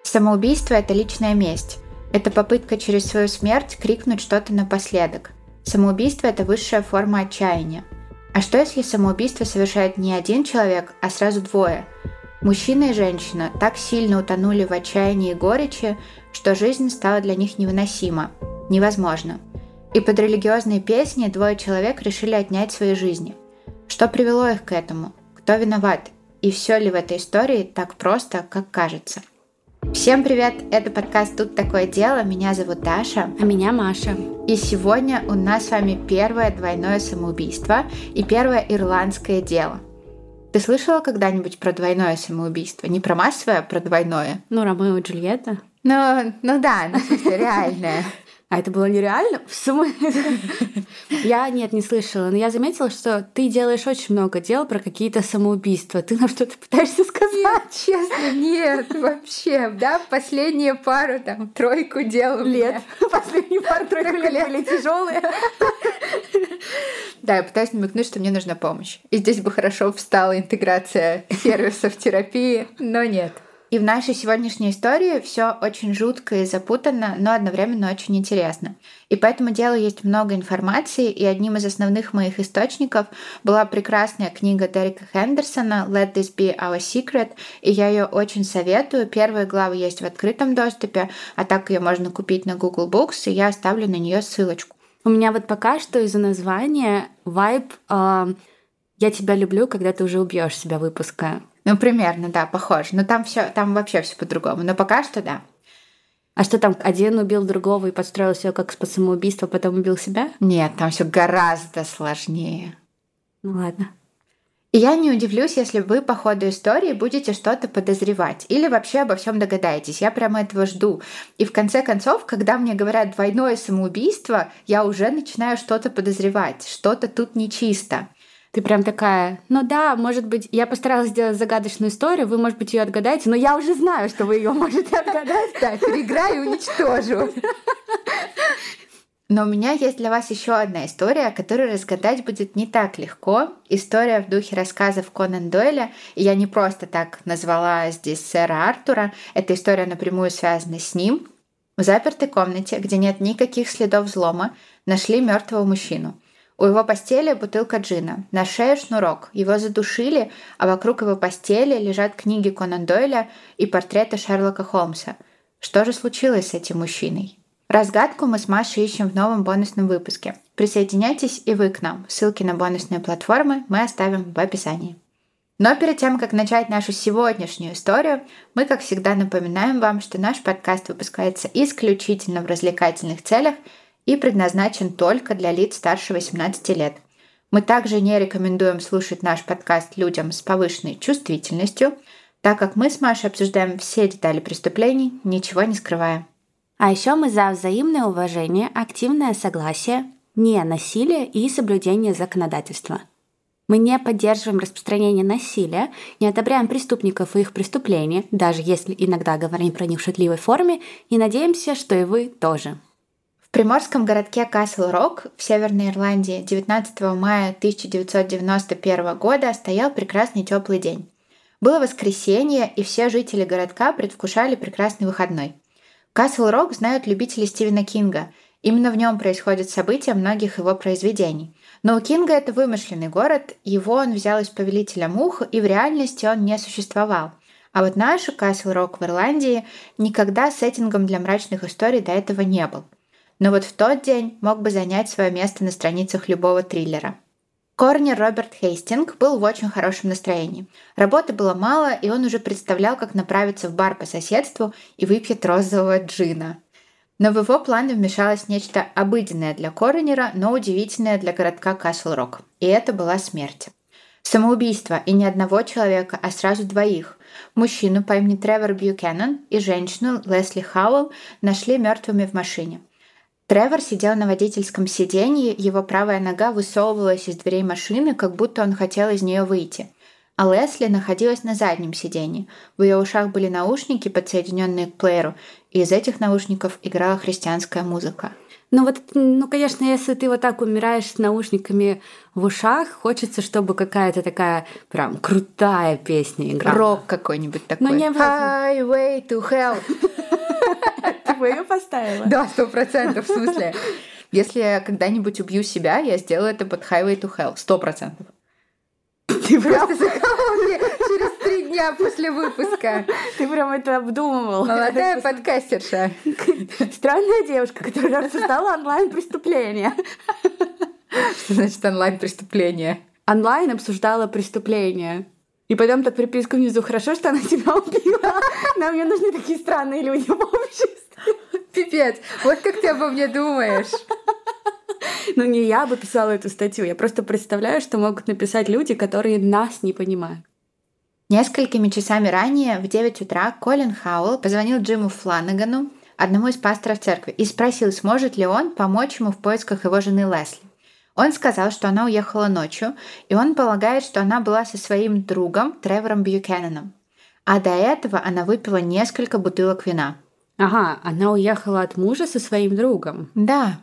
Самоубийство — это личная месть. Это попытка через свою смерть крикнуть что-то напоследок. Самоубийство — это высшая форма отчаяния. А что если самоубийство совершает не один человек, а сразу двое? Мужчина и женщина так сильно утонули в отчаянии и горечи, что жизнь стала для них невыносима, невозможна. И под религиозные песни двое человек решили отнять свои жизни. Что привело их к этому? Кто виноват? И все ли в этой истории так просто, как кажется? Всем привет! Это подкаст «Тут такое дело». Меня зовут Даша. А меня Маша. И сегодня у нас с вами первое двойное самоубийство и первое ирландское дело. Ты слышала когда-нибудь про двойное самоубийство? Не про массовое, а про двойное? Ромео и Джульетта. Ну да, в смысле, реальное. А это было нереально? В смысле? Я, не слышала, но я заметила, что ты делаешь очень много дел про какие-то самоубийства. Ты нам что-то пытаешься сказать? Нет, честно, нет, вообще. Да, последние тройку дел лет. Последние пару-тройку лет были тяжелые. Да, я пытаюсь намекнуть, что мне нужна помощь. И здесь бы хорошо встала интеграция сервисов терапии, но нет. И в нашей сегодняшней истории все очень жутко и запутанно, но одновременно очень интересно. И по этому делу есть много информации, и одним из основных моих источников была прекрасная книга Дерека Хендерсона «Let this be our secret», и я ее очень советую. Первые главы есть в открытом доступе, а так ее можно купить на Google Books, и я оставлю на нее ссылочку. У меня пока что из-за названия вайб «Я тебя люблю, когда ты уже убьешь себя» выпуска. Примерно, да, похоже. Но там вообще все по-другому. Но пока что да. А что там, один убил другого и подстроил все как самоубийство, потом убил себя? Нет, там все гораздо сложнее. Ну ладно. И я не удивлюсь, если вы по ходу истории будете что-то подозревать или вообще обо всем догадаетесь. Я прямо этого жду. И в конце концов, когда мне говорят двойное самоубийство, я уже начинаю что-то подозревать. Что-то тут нечисто. Ты прям такая, может быть, я постаралась сделать загадочную историю, вы, может быть, ее отгадаете, но я уже знаю, что вы ее можете отгадать. Да, переиграю и уничтожу. Но у меня есть для вас еще одна история, которую разгадать будет не так легко. История в духе рассказов Конан Дойля. И я не просто так назвала здесь сэра Артура. Эта история напрямую связана с ним. В запертой комнате, где нет никаких следов взлома, нашли мертвого мужчину. У его постели бутылка джина, на шее шнурок, его задушили, а вокруг его постели лежат книги Конан Дойля и портреты Шерлока Холмса. Что же случилось с этим мужчиной? Разгадку мы с Машей ищем в новом бонусном выпуске. Присоединяйтесь и вы к нам. Ссылки на бонусные платформы мы оставим в описании. Но перед тем, как начать нашу сегодняшнюю историю, мы, как всегда, напоминаем вам, что наш подкаст выпускается исключительно в развлекательных целях и предназначен только для лиц старше 18 лет. Мы также не рекомендуем слушать наш подкаст людям с повышенной чувствительностью, так как мы с Машей обсуждаем все детали преступлений, ничего не скрывая. А еще мы за взаимное уважение, активное согласие, не насилие и соблюдение законодательства. Мы не поддерживаем распространение насилия, не одобряем преступников и их преступления, даже если иногда говорим про них в шутливой форме, и надеемся, что и вы тоже. В приморском городке Касл-Рок в Северной Ирландии 19 мая 1991 года стоял прекрасный теплый день. Было воскресенье, и все жители городка предвкушали прекрасный выходной. Касл-Рок знают любители Стивена Кинга. Именно в нем происходят события многих его произведений. Но у Кинга это вымышленный город, его он взял из «Повелителя мух», и в реальности он не существовал. А вот наш Касл-Рок в Ирландии никогда сеттингом для мрачных историй до этого не был. Но вот в тот день мог бы занять свое место на страницах любого триллера. Коронер Роберт Хейстинг был в очень хорошем настроении. Работы было мало, и он уже представлял, как направиться в бар по соседству и выпьет розового джина. Но в его планы вмешалось нечто обыденное для коронера, но удивительное для городка Касл-Рок. И это была смерть. Самоубийство, и не одного человека, а сразу двоих. Мужчину по имени Тревор Бьюкенен и женщину Лесли Хауэлл нашли мертвыми в машине. Тревор сидел на водительском сиденье, его правая нога высовывалась из дверей машины, как будто он хотел из нее выйти. А Лесли находилась на заднем сиденье. В ее ушах были наушники, подсоединенные к плееру, и из этих наушников играла христианская музыка. Конечно, если ты вот так умираешь с наушниками в ушах, хочется, чтобы какая-то такая прям крутая песня играла. Рок какой-нибудь такой. Не обязательно. Highway to Hell. Ты бы ее поставила? Да, 100%. В смысле, если я когда-нибудь убью себя, я сделаю это под Highway to Hell. 100%. Ты просто заказал мне через 3 дня после выпуска. Ты прям это обдумывал. Молодая подкастерша. Странная девушка, которая обсуждала онлайн-преступления. Что значит онлайн-преступление? Онлайн обсуждала преступления. И потом так приписка внизу: хорошо, что она себя убила. Нам не нужны такие странные люди в обществе. Пипец, вот как ты обо мне думаешь. Не я бы писала эту статью. Я просто представляю, что могут написать люди, которые нас не понимают. Несколькими часами ранее, в 9 утра, Колин Хауэлл позвонил Джиму Фланагану, одному из пасторов церкви, и спросил, сможет ли он помочь ему в поисках его жены Лесли. Он сказал, что она уехала ночью, и он полагает, что она была со своим другом Тревором Бьюкененом. А до этого она выпила несколько бутылок вина. Ага, она уехала от мужа со своим другом. Да.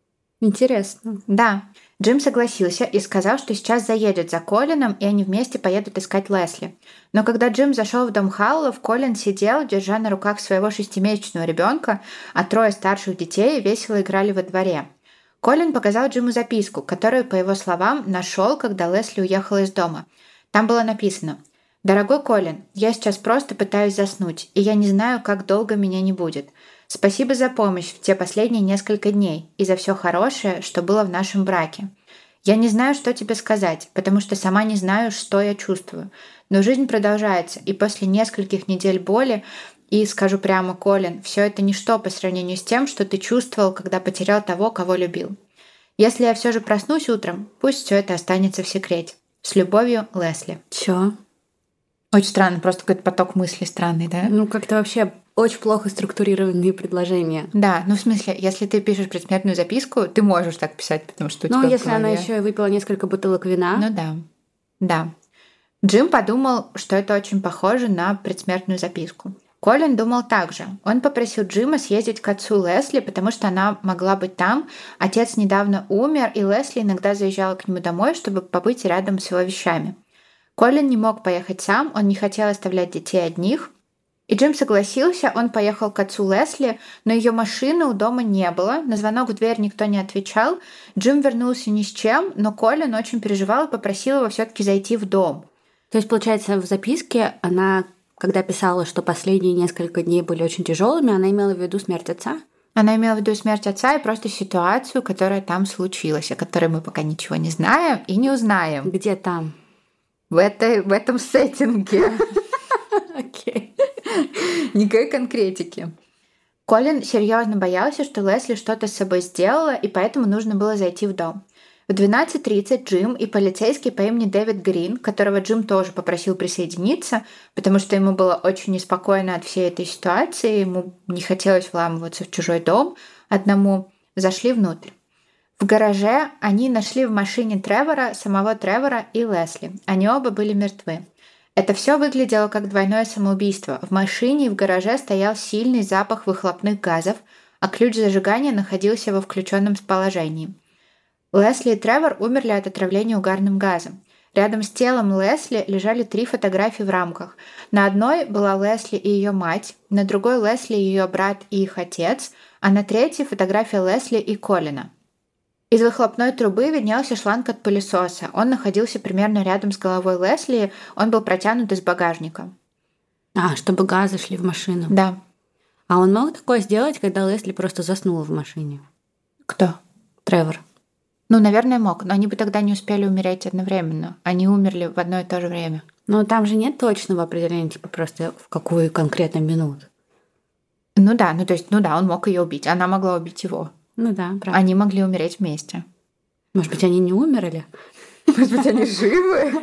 Интересно. Да. Джим согласился и сказал, что сейчас заедет за Колином, и они вместе поедут искать Лесли. Но когда Джим зашел в дом Хауэллов, Колин сидел, держа на руках своего 6-месячного ребенка, а 3 старших детей весело играли во дворе. Колин показал Джиму записку, которую, по его словам, нашел, когда Лесли уехала из дома. Там было написано: «Дорогой Колин, я сейчас просто пытаюсь заснуть, и я не знаю, как долго меня не будет. Спасибо за помощь в те последние несколько дней и за все хорошее, что было в нашем браке. Я не знаю, что тебе сказать, потому что сама не знаю, что я чувствую. Но жизнь продолжается, и после нескольких недель боли, и скажу прямо, Колин, все это ничто по сравнению с тем, что ты чувствовал, когда потерял того, кого любил. Если я все же проснусь утром, пусть все это останется в секрете. С любовью, Лесли». Чё? Очень странно, просто какой-то поток мыслей странный, да? Как-то вообще очень плохо структурированные предложения. Да, в смысле, если ты пишешь предсмертную записку, ты можешь так писать, потому что у тебя если в голове... она еще и выпила несколько бутылок вина. Да. Джим подумал, что это очень похоже на предсмертную записку. Колин думал так же. Он попросил Джима съездить к отцу Лесли, потому что она могла быть там. Отец недавно умер, и Лесли иногда заезжала к нему домой, чтобы побыть рядом с его вещами. Колин не мог поехать сам, он не хотел оставлять детей одних. И Джим согласился, он поехал к отцу Лесли, но ее машины у дома не было, на звонок в дверь никто не отвечал. Джим вернулся ни с чем, но Колин очень переживал и попросил его все-таки зайти в дом. То есть, получается, в записке она, когда писала, что последние несколько дней были очень тяжелыми, она имела в виду смерть отца? Она имела в виду смерть отца и просто ситуацию, которая там случилась, о которой мы пока ничего не знаем и не узнаем. Где там? В этом сеттинге. Окей. Никакой конкретики. Колин серьезно боялся, что Лесли что-то с собой сделала, и поэтому нужно было зайти в дом. В 12:30 Джим и полицейский по имени Дэвид Грин, которого Джим тоже попросил присоединиться, потому что ему было очень неспокойно от всей этой ситуации, ему не хотелось вламываться в чужой дом одному, зашли внутрь. В гараже они нашли в машине Тревора, самого Тревора и Лесли. Они оба были мертвы. Это все выглядело как двойное самоубийство. В машине и в гараже стоял сильный запах выхлопных газов, а ключ зажигания находился во включенном положении. Лесли и Тревор умерли от отравления угарным газом. Рядом с телом Лесли лежали 3 фотографии в рамках. На одной была Лесли и ее мать, на другой Лесли и ее брат и их отец, а на третьей фотография Лесли и Колина. Из выхлопной трубы виднелся шланг от пылесоса. Он находился примерно рядом с головой Лесли, он был протянут из багажника. Чтобы газы шли в машину. Да. А он мог такое сделать, когда Лесли просто заснула в машине? Кто? Тревор. Наверное, мог, но они бы тогда не успели умереть одновременно. Они умерли в одно и то же время. Но там же нет точного определения, просто в какую конкретно минуту. Он мог ее убить, она могла убить его. Правда. Они могли умереть вместе. Может быть, они не умерли? Может быть, они живы?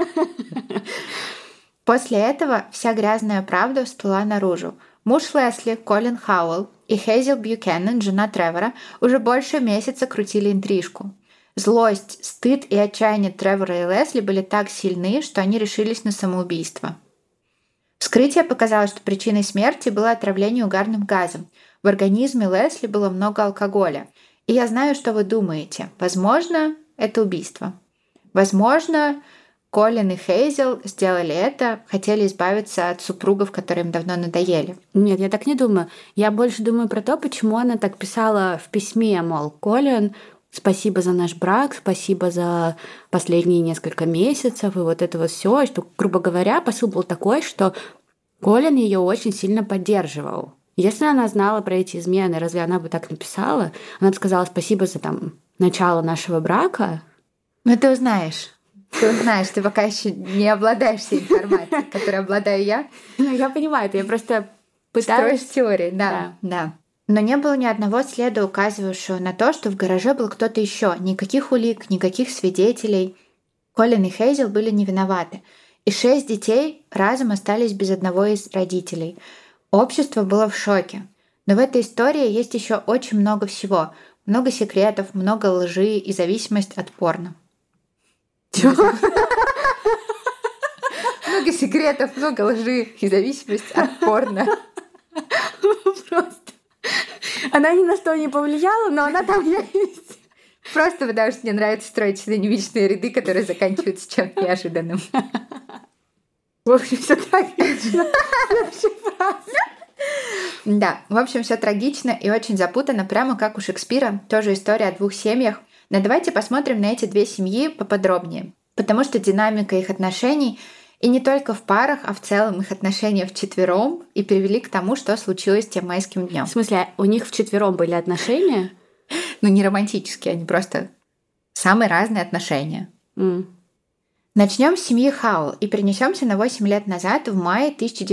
После этого вся грязная правда всплыла наружу. Муж Лесли, Колин Хауэлл, и Хейзел Бьюкенен, жена Тревора, уже больше месяца крутили интрижку. Злость, стыд и отчаяние Тревора и Лесли были так сильны, что они решились на самоубийство. Вскрытие показало, что причиной смерти было отравление угарным газом. В организме Лесли было много алкоголя. И я знаю, что вы думаете. Возможно, это убийство. Возможно, Колин и Хейзел сделали это, хотели избавиться от супругов, которые им давно надоели. Нет, я так не думаю. Я больше думаю про то, почему она так писала в письме, мол, Колин, спасибо за наш брак, спасибо за последние несколько месяцев, и вот это вот все, что, грубо говоря, посыл был такой, что Колин ее очень сильно поддерживал. Если она знала про эти измены, разве она бы так написала? Она бы сказала спасибо за начало нашего брака. Но ты узнаешь. Ты пока еще не обладаешь всей информацией, которой обладаю я. Ну, я понимаю, это я просто пытаюсь... Строишь теории, да. Но не было ни одного следа, указывающего на то, что в гараже был кто-то еще. Никаких улик, никаких свидетелей. Колин и Хейзел были не виноваты. И 6 детей разом остались без одного из родителей. Общество было в шоке. Но в этой истории есть еще очень много всего. Много секретов, много лжи и зависимость от порно. Много секретов, много лжи и зависимость от порно. Просто. Она ни на что не повлияла, но она там есть. Просто потому что мне нравится строить синонимичные ряды, которые заканчиваются чем-то неожиданным. В общем, все трагично. Да, в общем, все трагично и очень запутано, прямо как у Шекспира. Тоже история о 2 семьях. Но давайте посмотрим на эти 2 семьи поподробнее. Потому что динамика их отношений, и не только в парах, а в целом их отношения вчетвером, и привели к тому, что случилось тем майским днем. В смысле, у них вчетвером были отношения? Ну, не романтические, они просто самые разные отношения. Начнем с семьи Хаул и перенесемся на 8 лет назад, в мае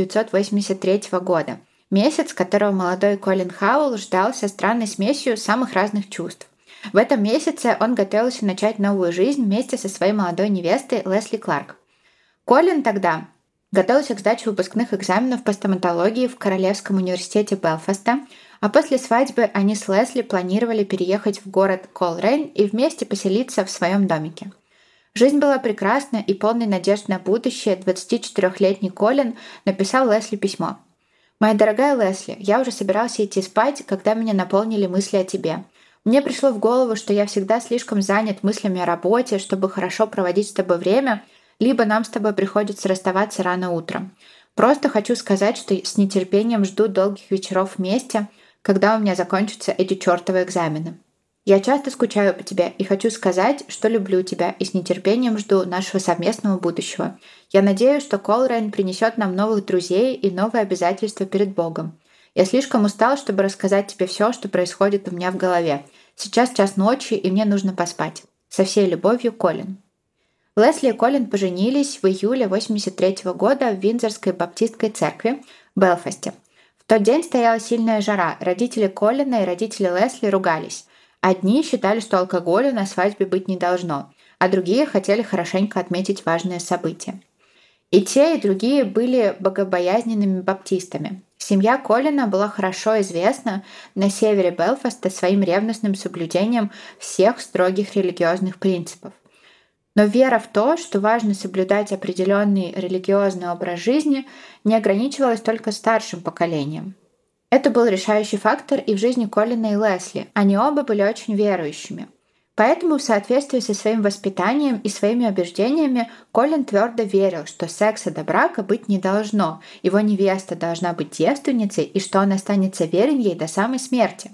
1983 года. Месяц, которого молодой Колин Хаул ждал со странной смесью самых разных чувств. В этом месяце он готовился начать новую жизнь вместе со своей молодой невестой Лесли Кларк. Колин тогда готовился к сдаче выпускных экзаменов по стоматологии в Королевском университете Белфаста, а после свадьбы они с Лесли планировали переехать в город Колрейн и вместе поселиться в своем домике. Жизнь была прекрасна и полной надежд на будущее. 24-летний Колин написал Лесли письмо. «Моя дорогая Лесли, я уже собирался идти спать, когда меня наполнили мысли о тебе. Мне пришло в голову, что я всегда слишком занят мыслями о работе, чтобы хорошо проводить с тобой время, либо нам с тобой приходится расставаться рано утром. Просто хочу сказать, что с нетерпением жду долгих вечеров вместе, когда у меня закончатся эти чертовы экзамены. Я часто скучаю по тебе и хочу сказать, что люблю тебя и с нетерпением жду нашего совместного будущего. Я надеюсь, что Колрейн принесет нам новых друзей и новые обязательства перед Богом. Я слишком устал, чтобы рассказать тебе все, что происходит у меня в голове. Сейчас 1:00 ночи, и мне нужно поспать. Со всей любовью, Колин». Лесли и Колин поженились в июле 1983 года в Виндзорской баптистской церкви в Белфасте. В тот день стояла сильная жара. Родители Колина и родители Лесли ругались. Одни считали, что алкоголя на свадьбе быть не должно, а другие хотели хорошенько отметить важное событие. И те, и другие были богобоязненными баптистами. Семья Колина была хорошо известна на севере Белфаста своим ревностным соблюдением всех строгих религиозных принципов. Но вера в то, что важно соблюдать определенный религиозный образ жизни, не ограничивалась только старшим поколением. Это был решающий фактор и в жизни Колина и Лесли. Они оба были очень верующими. Поэтому в соответствии со своим воспитанием и своими убеждениями Колин твердо верил, что секса до брака быть не должно, его невеста должна быть девственницей и что он останется верен ей до самой смерти.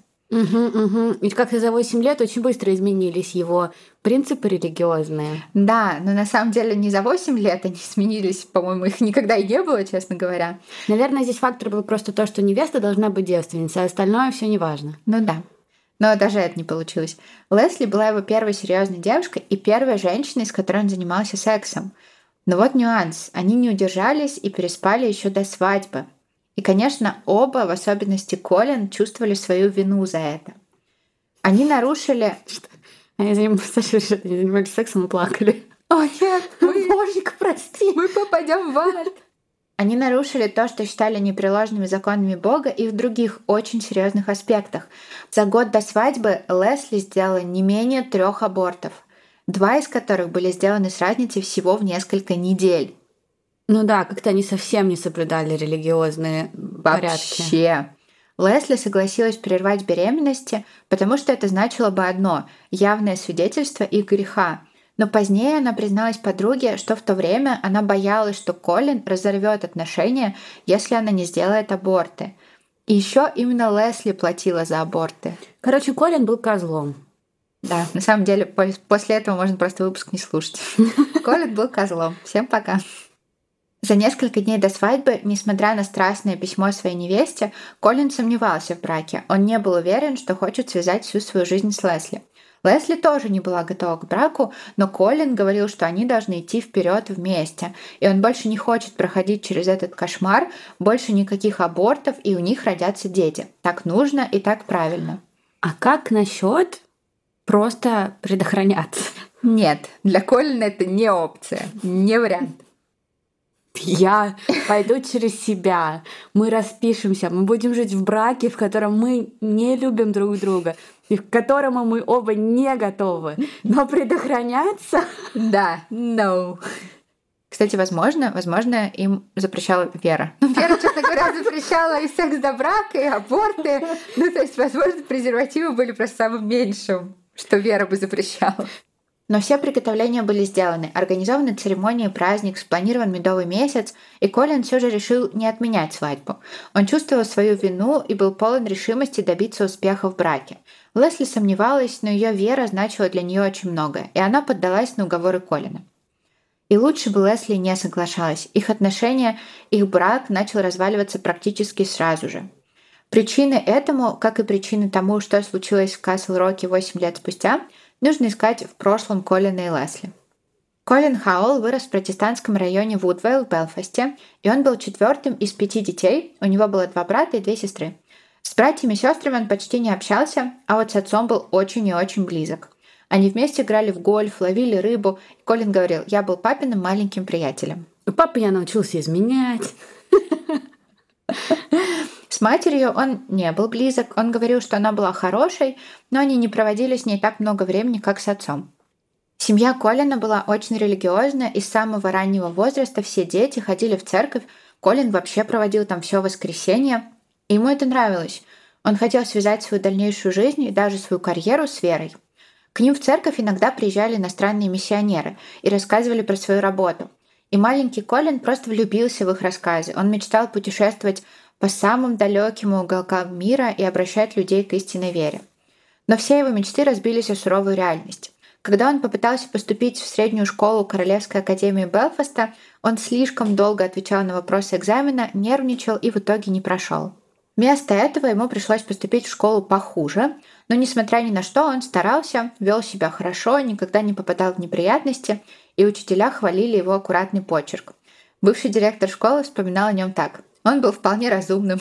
Ведь как-то за 8 лет очень быстро изменились его принципы религиозные. Да, но на самом деле не за 8 лет они изменились, по-моему, их никогда и не было, честно говоря. Наверное, здесь фактор был просто то, что невеста должна быть девственницей, а остальное все неважно. Ну да. Но даже это не получилось. Лесли была его первой серьезной девушкой и первой женщиной, с которой он занимался сексом. Но вот нюанс. Они не удержались и переспали еще до свадьбы. И, конечно, оба, в особенности Колин, чувствовали свою вину за это. Они нарушили... Они занимались сексом и плакали. О, нет, Боженька, прости. Мы попадем в ад. Они нарушили то, что считали непреложными законами Бога и в других очень серьезных аспектах. За год до свадьбы Лесли сделала не менее 3 абортов, 2 из которых были сделаны с разницей всего в несколько недель. Ну да, как-то они совсем не соблюдали религиозные порядки. Вообще. Лесли согласилась прервать беременности, потому что это значило бы одно – явное свидетельство их греха. Но позднее она призналась подруге, что в то время она боялась, что Колин разорвет отношения, если она не сделает аборты. И еще именно Лесли платила за аборты. Короче, Колин был козлом. Да, на самом деле, после этого можно просто выпуск не слушать. Колин был козлом. Всем пока. За несколько дней до свадьбы, несмотря на страстное письмо своей невесте, Колин сомневался в браке. Он не был уверен, что хочет связать всю свою жизнь с Лесли. Лесли тоже не была готова к браку, но Колин говорил, что они должны идти вперед вместе, и он больше не хочет проходить через этот кошмар, больше никаких абортов, и у них родятся дети. Так нужно и так правильно. А как насчет просто предохраняться? Нет, для Колина это не опция, не вариант. Я пойду через себя, мы распишемся, мы будем жить в браке, в котором мы не любим друг друга, и к которому мы оба не готовы. Но предохраняться? Да, no. Кстати, возможно, им запрещала Вера. Вера, честно говоря, запрещала и секс до брака, и аборты. То есть, возможно, презервативы были просто самым меньшим, что Вера бы запрещала. Но все приготовления были сделаны, организованы церемонии, праздник, спланирован медовый месяц, и Колин все же решил не отменять свадьбу. Он чувствовал свою вину и был полон решимости добиться успеха в браке. Лесли сомневалась, но ее вера значила для нее очень многое, и она поддалась на уговоры Колина. И лучше бы Лесли не соглашалась. Их отношения, их брак начал разваливаться практически сразу же. Причины этому, как и причины тому, что случилось в Касл-Роке 8 лет спустя, нужно искать в прошлом Колина и Лесли. Колин Хауэлл вырос в протестантском районе Вудвейл в Белфасте, и он был 4-м из 5 детей, у него было 2 брата и 2 сестры. С братьями и сестрами он почти не общался, а вот с отцом был очень и очень близок. Они вместе играли в гольф, ловили рыбу, и Колин говорил: «Я был папиным маленьким приятелем». Папа я научился изменять. С матерью он не был близок, он говорил, что она была хорошей, но они не проводили с ней так много времени, как с отцом. Семья Колина была очень религиозна, и с самого раннего возраста все дети ходили в церковь. Колин вообще проводил там все воскресенье, и ему это нравилось. Он хотел связать свою дальнейшую жизнь и даже свою карьеру с верой. К ним в церковь иногда приезжали иностранные миссионеры и рассказывали про свою работу. И маленький Колин просто влюбился в их рассказы. Он мечтал путешествовать по самым далеким уголкам мира и обращать людей к истинной вере. Но все его мечты разбились о суровую реальность. Когда он попытался поступить в среднюю школу Королевской академии Белфаста, он слишком долго отвечал на вопросы экзамена, нервничал и в итоге не прошел. Вместо этого ему пришлось поступить в школу похуже, но несмотря ни на что он старался, вел себя хорошо, никогда не попадал в неприятности, и учителя хвалили его аккуратный почерк. Бывший директор школы вспоминал о нем так: он был вполне разумным,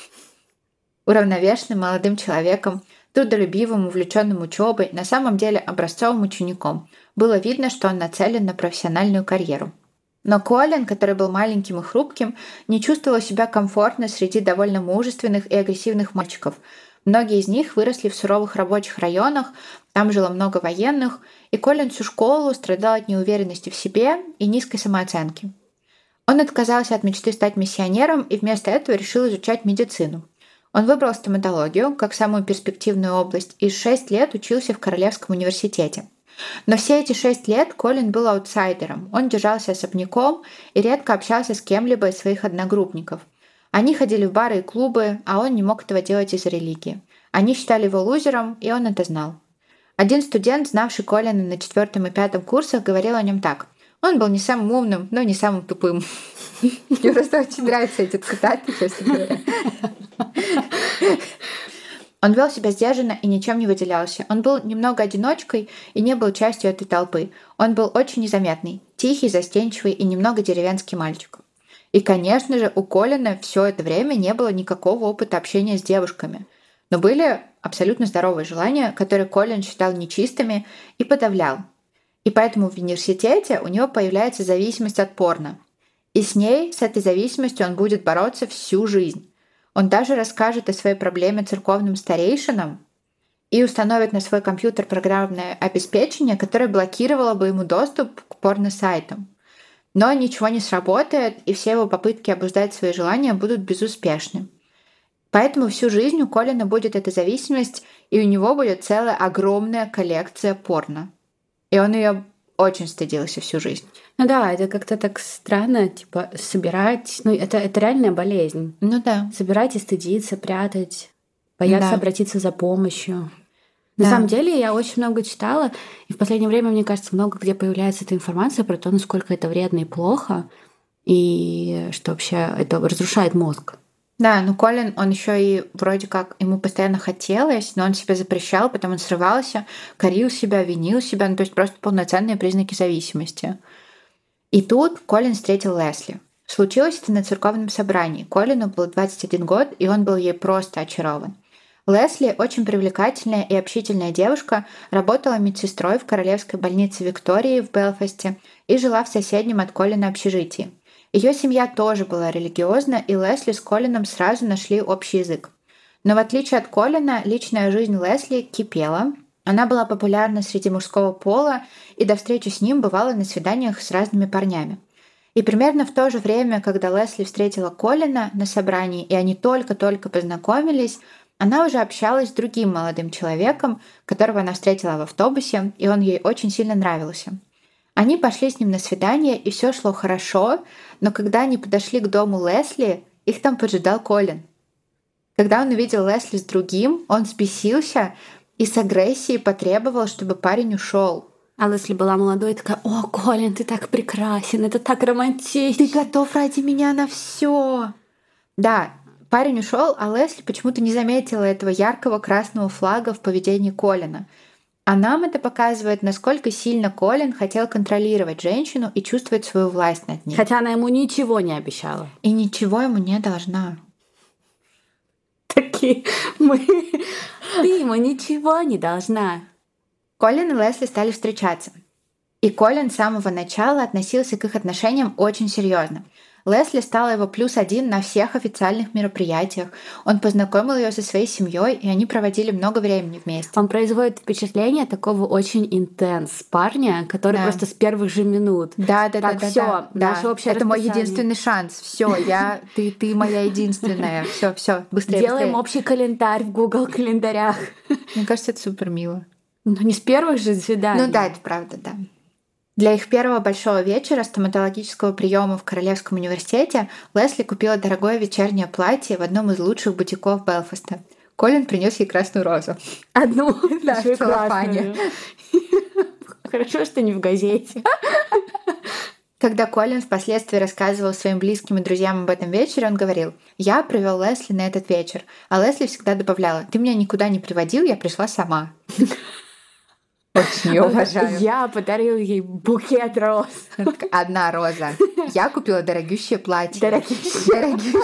уравновешенным молодым человеком, трудолюбивым, увлеченным учебой, на самом деле образцовым учеником. Было видно, что он нацелен на профессиональную карьеру. Но Колин, который был маленьким и хрупким, не чувствовал себя комфортно среди довольно мужественных и агрессивных мальчиков. Многие из них выросли в суровых рабочих районах, там жило много военных, и Колин всю школу страдал от неуверенности в себе и низкой самооценки. Он отказался от мечты стать миссионером и вместо этого решил изучать медицину. Он выбрал стоматологию как самую перспективную область и 6 лет учился в Королевском университете. Но все эти 6 лет Колин был аутсайдером. Он держался особняком и редко общался с кем-либо из своих одногруппников. Они ходили в бары и клубы, а он не мог этого делать из-за религии. Они считали его лузером, и он это знал. Один студент, знавший Колина на 4 и 5 курсах, говорил о нем так: он был не самым умным, но не самым тупым. Мне просто очень нравятся эти цитаты, честно говоря. Он вел себя сдержанно и ничем не выделялся. Он был немного одиночкой и не был частью этой толпы. Он был очень незаметный, тихий, застенчивый и немного деревенский мальчик. И, конечно же, у Колина все это время не было никакого опыта общения с девушками. Но были абсолютно здоровые желания, которые Колин считал нечистыми и подавлял. И поэтому в университете у него появляется зависимость от порно. И с этой зависимостью он будет бороться всю жизнь. Он даже расскажет о своей проблеме церковным старейшинам и установит на свой компьютер программное обеспечение, которое блокировало бы ему доступ к порно-сайтам. Но ничего не сработает, и все его попытки обуздать свои желания будут безуспешны. Поэтому всю жизнь у Колина будет эта зависимость, и у него будет целая огромная коллекция порно. И он ее очень стыдился всю жизнь. Ну да, это как-то так странно, типа, собирать. Ну, это реальная болезнь. Ну да. Собирать и стыдиться, прятать, бояться Да. обратиться за помощью. На Да. самом деле, я очень много читала, и в последнее время, мне кажется, много где появляется эта информация про то, насколько это вредно и плохо, и что вообще это разрушает мозг. Да, ну Колин, он еще и вроде как ему постоянно хотелось, но он себя запрещал, потом он срывался, корил себя, винил себя, ну то есть просто полноценные признаки зависимости. И тут Колин встретил Лесли. Случилось это на церковном собрании. Колину был 21 год, и он был ей просто очарован. Лесли, очень привлекательная и общительная девушка, работала медсестрой в Королевской больнице Виктории в Белфасте и жила в соседнем от Колина общежитии. Ее семья тоже была религиозна, и Лесли с Колином сразу нашли общий язык. Но в отличие от Колина, личная жизнь Лесли кипела. Она была популярна среди мужского пола и до встречи с ним бывала на свиданиях с разными парнями. И примерно в то же время, когда Лесли встретила Колина на собрании, и они только-только познакомились, она уже общалась с другим молодым человеком, которого она встретила в автобусе, и он ей очень сильно нравился. Они пошли с ним на свидание, и все шло хорошо, но когда они подошли к дому Лесли, их там поджидал Колин. Когда он увидел Лесли с другим, он взбесился и с агрессией потребовал, чтобы парень ушел. А Лесли была молодой и такая: «О, Колин, ты так прекрасен, это так романтично. Ты готов ради меня на все. Да, парень ушел, а Лесли почему-то не заметила этого яркого красного флага в поведении Колина. А нам это показывает, насколько сильно Колин хотел контролировать женщину и чувствовать свою власть над ней. Хотя она ему ничего не обещала. И ничего ему не должна. Такие мы. Ты ему ничего не должна. Колин и Лесли стали встречаться. И Колин с самого начала относился к их отношениям очень серьезно. Лесли стала его +1 на всех официальных мероприятиях. Он познакомил ее со своей семьей, и они проводили много времени вместе. Он производит впечатление такого очень интенс парня, который просто с первых же минут. Да. Все, наше общее это мой расписание. единственный шанс. Все, ты моя единственная. Все, быстрее. Делаем общий календарь в Google календарях. Мне кажется, это супер мило. Ну не с первых же свиданий. Ну да, это правда, да. Для их первого большого вечера стоматологического приема в Королевском университете Лесли купила дорогое вечернее платье в одном из лучших бутиков Белфаста. Колин принес ей красную розу. Одну? Да, в целлофане. Хорошо, что не в газете. Когда Колин впоследствии рассказывал своим близким и друзьям об этом вечере, он говорил: «Я привел Лесли на этот вечер». А Лесли всегда добавляла: «Ты меня никуда не приводил, я пришла сама». Очень ее уважаю. Я подарил ей букет роз. Одна роза. Я купила дорогущее платье. Дорогущее.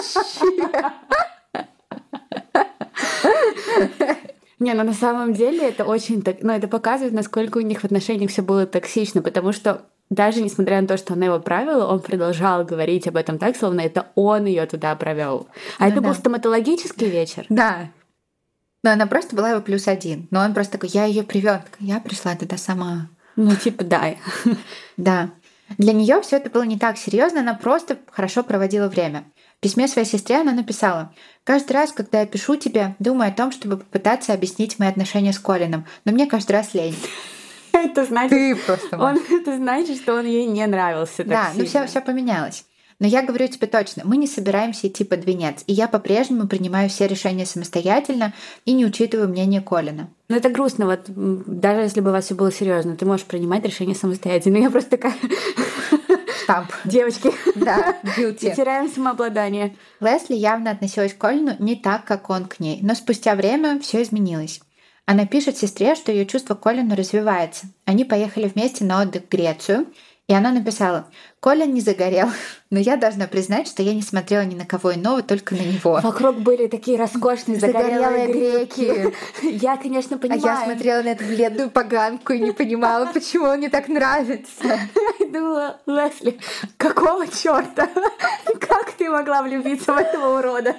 Не, ну на самом деле это очень так, ну это показывает, насколько у них в отношениях все было токсично, потому что даже несмотря на то, что она его правила, он продолжал говорить об этом так, словно это он ее туда провел. А это был стоматологический вечер. Да. Но она просто была его +1. Но он просто такой: «Я ее привел». Я пришла туда сама. Ну, типа, да. Да. Для нее все это было не так серьезно, она просто хорошо проводила время. В письме своей сестре она написала: «Каждый раз, когда я пишу тебе, думаю о том, чтобы попытаться объяснить мои отношения с Колином, но мне каждый раз лень». Это значит, Ты просто... это значит, что он ей не нравился так Да, сильно. ну все поменялось. Но я говорю тебе точно, мы не собираемся идти под венец, и я по-прежнему принимаю все решения самостоятельно и не учитываю мнение Колина. Ну это грустно, вот даже если бы у вас все было серьезно, ты можешь принимать решения самостоятельно. Я просто такая... Штамп. Девочки. Да, guilty. Теряем самообладание. Лесли явно относилась к Колину не так, как он к ней, но спустя время все изменилось. Она пишет сестре, что ее чувство к Колину развивается. Они поехали вместе на отдых в Грецию, и она написала: «Колин не загорел, но я должна признать, что я не смотрела ни на кого иного, только на него». Вокруг были такие роскошные загорелые греки. Я, конечно, понимаю. А я смотрела на эту бледную поганку и не понимала, почему он мне так нравится. Думала: Лесли, какого чёрта? Как ты могла влюбиться в этого урода?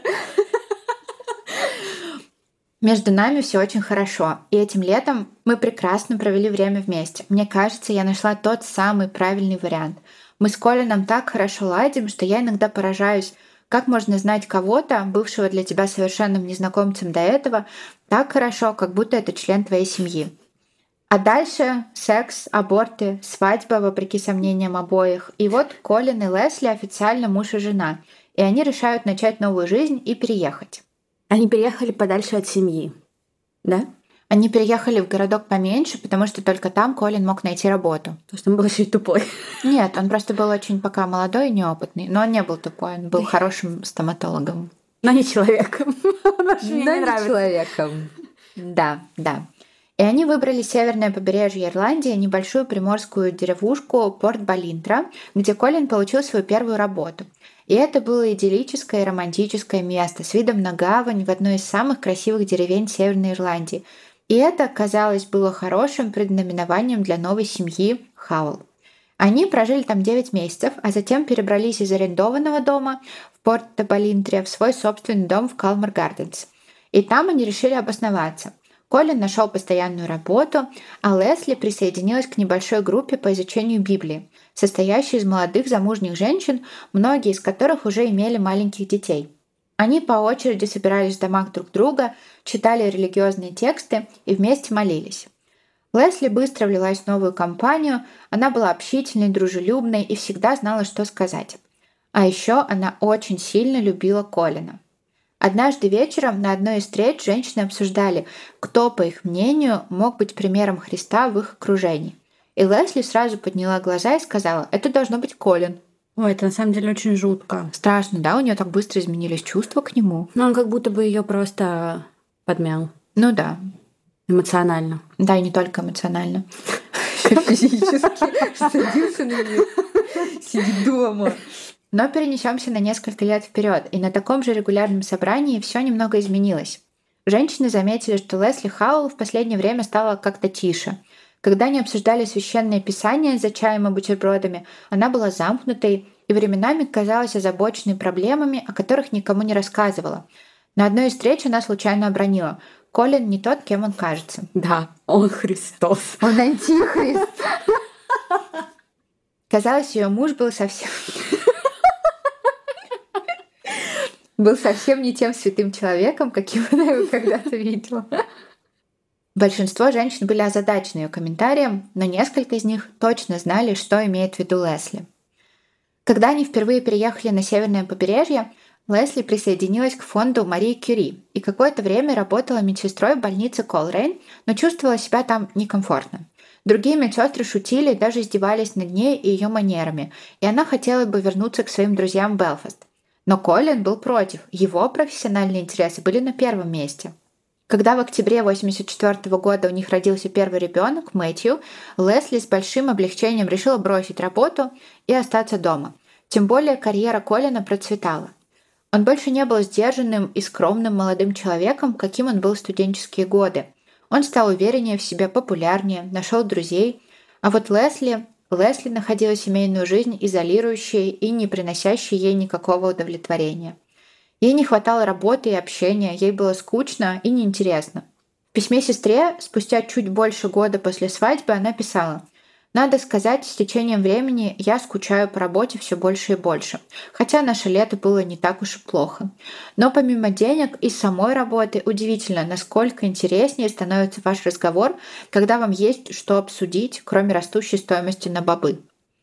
Между нами все очень хорошо, и этим летом мы прекрасно провели время вместе. Мне кажется, я нашла тот самый правильный вариант. Мы с Колином так хорошо ладим, что я иногда поражаюсь, Как можно знать кого-то, бывшего для тебя совершенным незнакомцем до этого, так хорошо, как будто это член твоей семьи? А дальше секс, аборты, свадьба, вопреки сомнениям обоих. И вот Колин и Лесли официально муж и жена. И они решают начать новую жизнь и переехать. Они переехали подальше от семьи, да? Они переехали в городок поменьше, потому что только там Колин мог найти работу. Потому что он был очень тупой. Нет, он просто был очень пока молодой и неопытный. Но он не был тупой, он был хорошим стоматологом. Но не человеком. Но не человеком. Да. И они выбрали северное побережье Ирландии, небольшую приморскую деревушку Порт-Балинтра, где Колин получил свою первую работу. И это было идиллическое и романтическое место с видом на гавань в одной из самых красивых деревень Северной Ирландии. И это, казалось, было хорошим предзнаменованием для новой семьи Хауэлл. Они прожили там 9 месяцев, а затем перебрались из арендованного дома в Порт-Балинтре в свой собственный дом в Калмар-Гарденс. И там они решили обосноваться. Колин нашел постоянную работу, а Лесли присоединилась к небольшой группе по изучению Библии, состоящей из молодых замужних женщин, многие из которых уже имели маленьких детей. Они по очереди собирались в домах друг друга, читали религиозные тексты и вместе молились. Лесли быстро влилась в новую компанию, она была общительной, дружелюбной и всегда знала, что сказать. А еще она очень сильно любила Колина. Однажды вечером на одной из встреч женщины обсуждали, кто, по их мнению, мог быть примером Христа в их окружении. И Лесли сразу подняла глаза и сказала: «Это должно быть Колин». Ой, это на самом деле очень жутко. Страшно, да? У нее так быстро изменились чувства к нему. Ну, он как будто бы ее просто подмял. Ну да. Эмоционально. Да, и не только эмоционально. Физически садился на нее. Сидит дома. Но перенесемся на несколько лет вперед, и на таком же регулярном собрании все немного изменилось. Женщины заметили, что Лесли Хауэлл в последнее время стала как-то тише. Когда они обсуждали священное писание за чаем и бутербродами, она была замкнутой и временами казалась озабоченной проблемами, о которых никому не рассказывала. На одной из встреч она случайно обронила: «Колин не тот, кем он кажется». Да, он Христос. Он антихрист. Казалось, ее муж был совсем не тем святым человеком, каким она его когда-то видела. Большинство женщин были озадачены ее комментарием, но несколько из них точно знали, что имеет в виду Лесли. Когда они впервые переехали на северное побережье, Лесли присоединилась к фонду Марии Кюри и какое-то время работала медсестрой в больнице Колрейн, но чувствовала себя там некомфортно. Другие медсестры шутили и даже издевались над ней и ее манерами, и она хотела бы вернуться к своим друзьям в Белфаст. Но Колин был против, его профессиональные интересы были на первом месте. Когда в октябре 1984 года у них родился первый ребенок, Мэтью, Лесли с большим облегчением решила бросить работу и остаться дома. Тем более карьера Колина процветала. Он больше не был сдержанным и скромным молодым человеком, каким он был в студенческие годы. Он стал увереннее в себе, популярнее, нашел друзей. А вот Лесли находила семейную жизнь изолирующей и не приносящей ей никакого удовлетворения. Ей не хватало работы и общения, ей было скучно и неинтересно. В письме сестре спустя чуть больше года после свадьбы она писала: «Надо сказать, с течением времени я скучаю по работе все больше и больше, хотя наше лето было не так уж и плохо. Но помимо денег и самой работы удивительно, насколько интереснее становится ваш разговор, когда вам есть что обсудить, кроме растущей стоимости на бобы».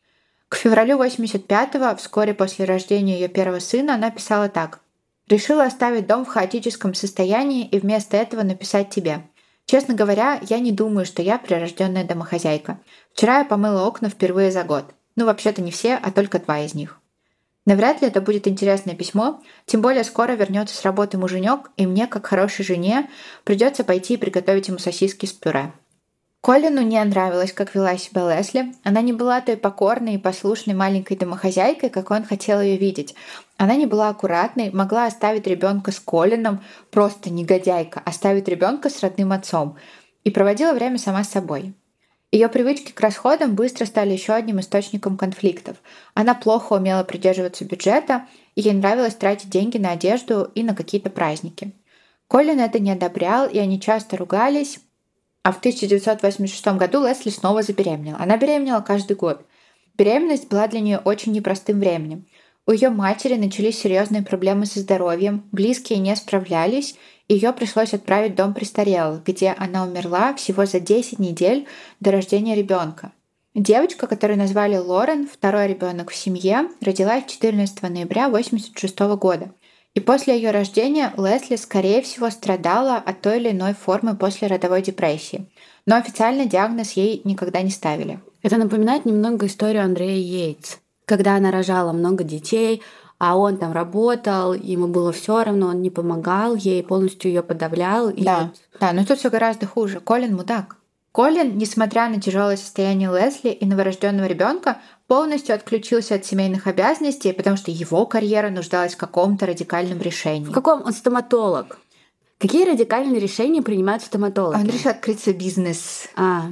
К февралю 85-го, вскоре после рождения ее первого сына, она писала так: «Решила оставить дом в хаотическом состоянии и вместо этого написать тебе. Честно говоря, я не думаю, что я прирожденная домохозяйка. Вчера я помыла окна впервые за год. Ну, вообще-то не все, а только 2 из них. Навряд ли это будет интересное письмо, тем более скоро вернется с работы муженек, и мне, как хорошей жене, придется пойти и приготовить ему сосиски с пюре». Колину не нравилось, как вела себя Лесли. Она не была той покорной и послушной маленькой домохозяйкой, какой он хотел ее видеть. Она не была аккуратной, могла оставить ребенка с Колином, просто негодяйка, оставить ребенка с родным отцом, и проводила время сама с собой. Ее привычки к расходам быстро стали еще одним источником конфликтов. Она плохо умела придерживаться бюджета, и ей нравилось тратить деньги на одежду и на какие-то праздники. Колин это не одобрял, и они часто ругались. А в 1986 году Лесли снова забеременела. Она беременела каждый год. Беременность была для нее очень непростым временем. У ее матери начались серьезные проблемы со здоровьем, близкие не справлялись, и ее пришлось отправить в дом престарелых, где она умерла всего за 10 недель до рождения ребенка. Девочка, которую назвали Лорен, второй ребенок в семье, родилась 14 ноября 1986 года. И после ее рождения Лесли, скорее всего, страдала от той или иной формы послеродовой депрессии. Но официально диагноз ей никогда не ставили. Это напоминает немного историю Андрея Йейтс, когда она рожала много детей, а он там работал, ему было все равно, он не помогал ей, полностью ее подавлял. Да, но тут все гораздо хуже. Колин мудак. Колин, несмотря на тяжелое состояние Лесли и новорожденного ребенка, полностью отключился от семейных обязанностей, потому что его карьера нуждалась в каком-то радикальном решении. В каком? Он стоматолог. Какие радикальные решения принимают стоматологи? Он решил открыть свой бизнес.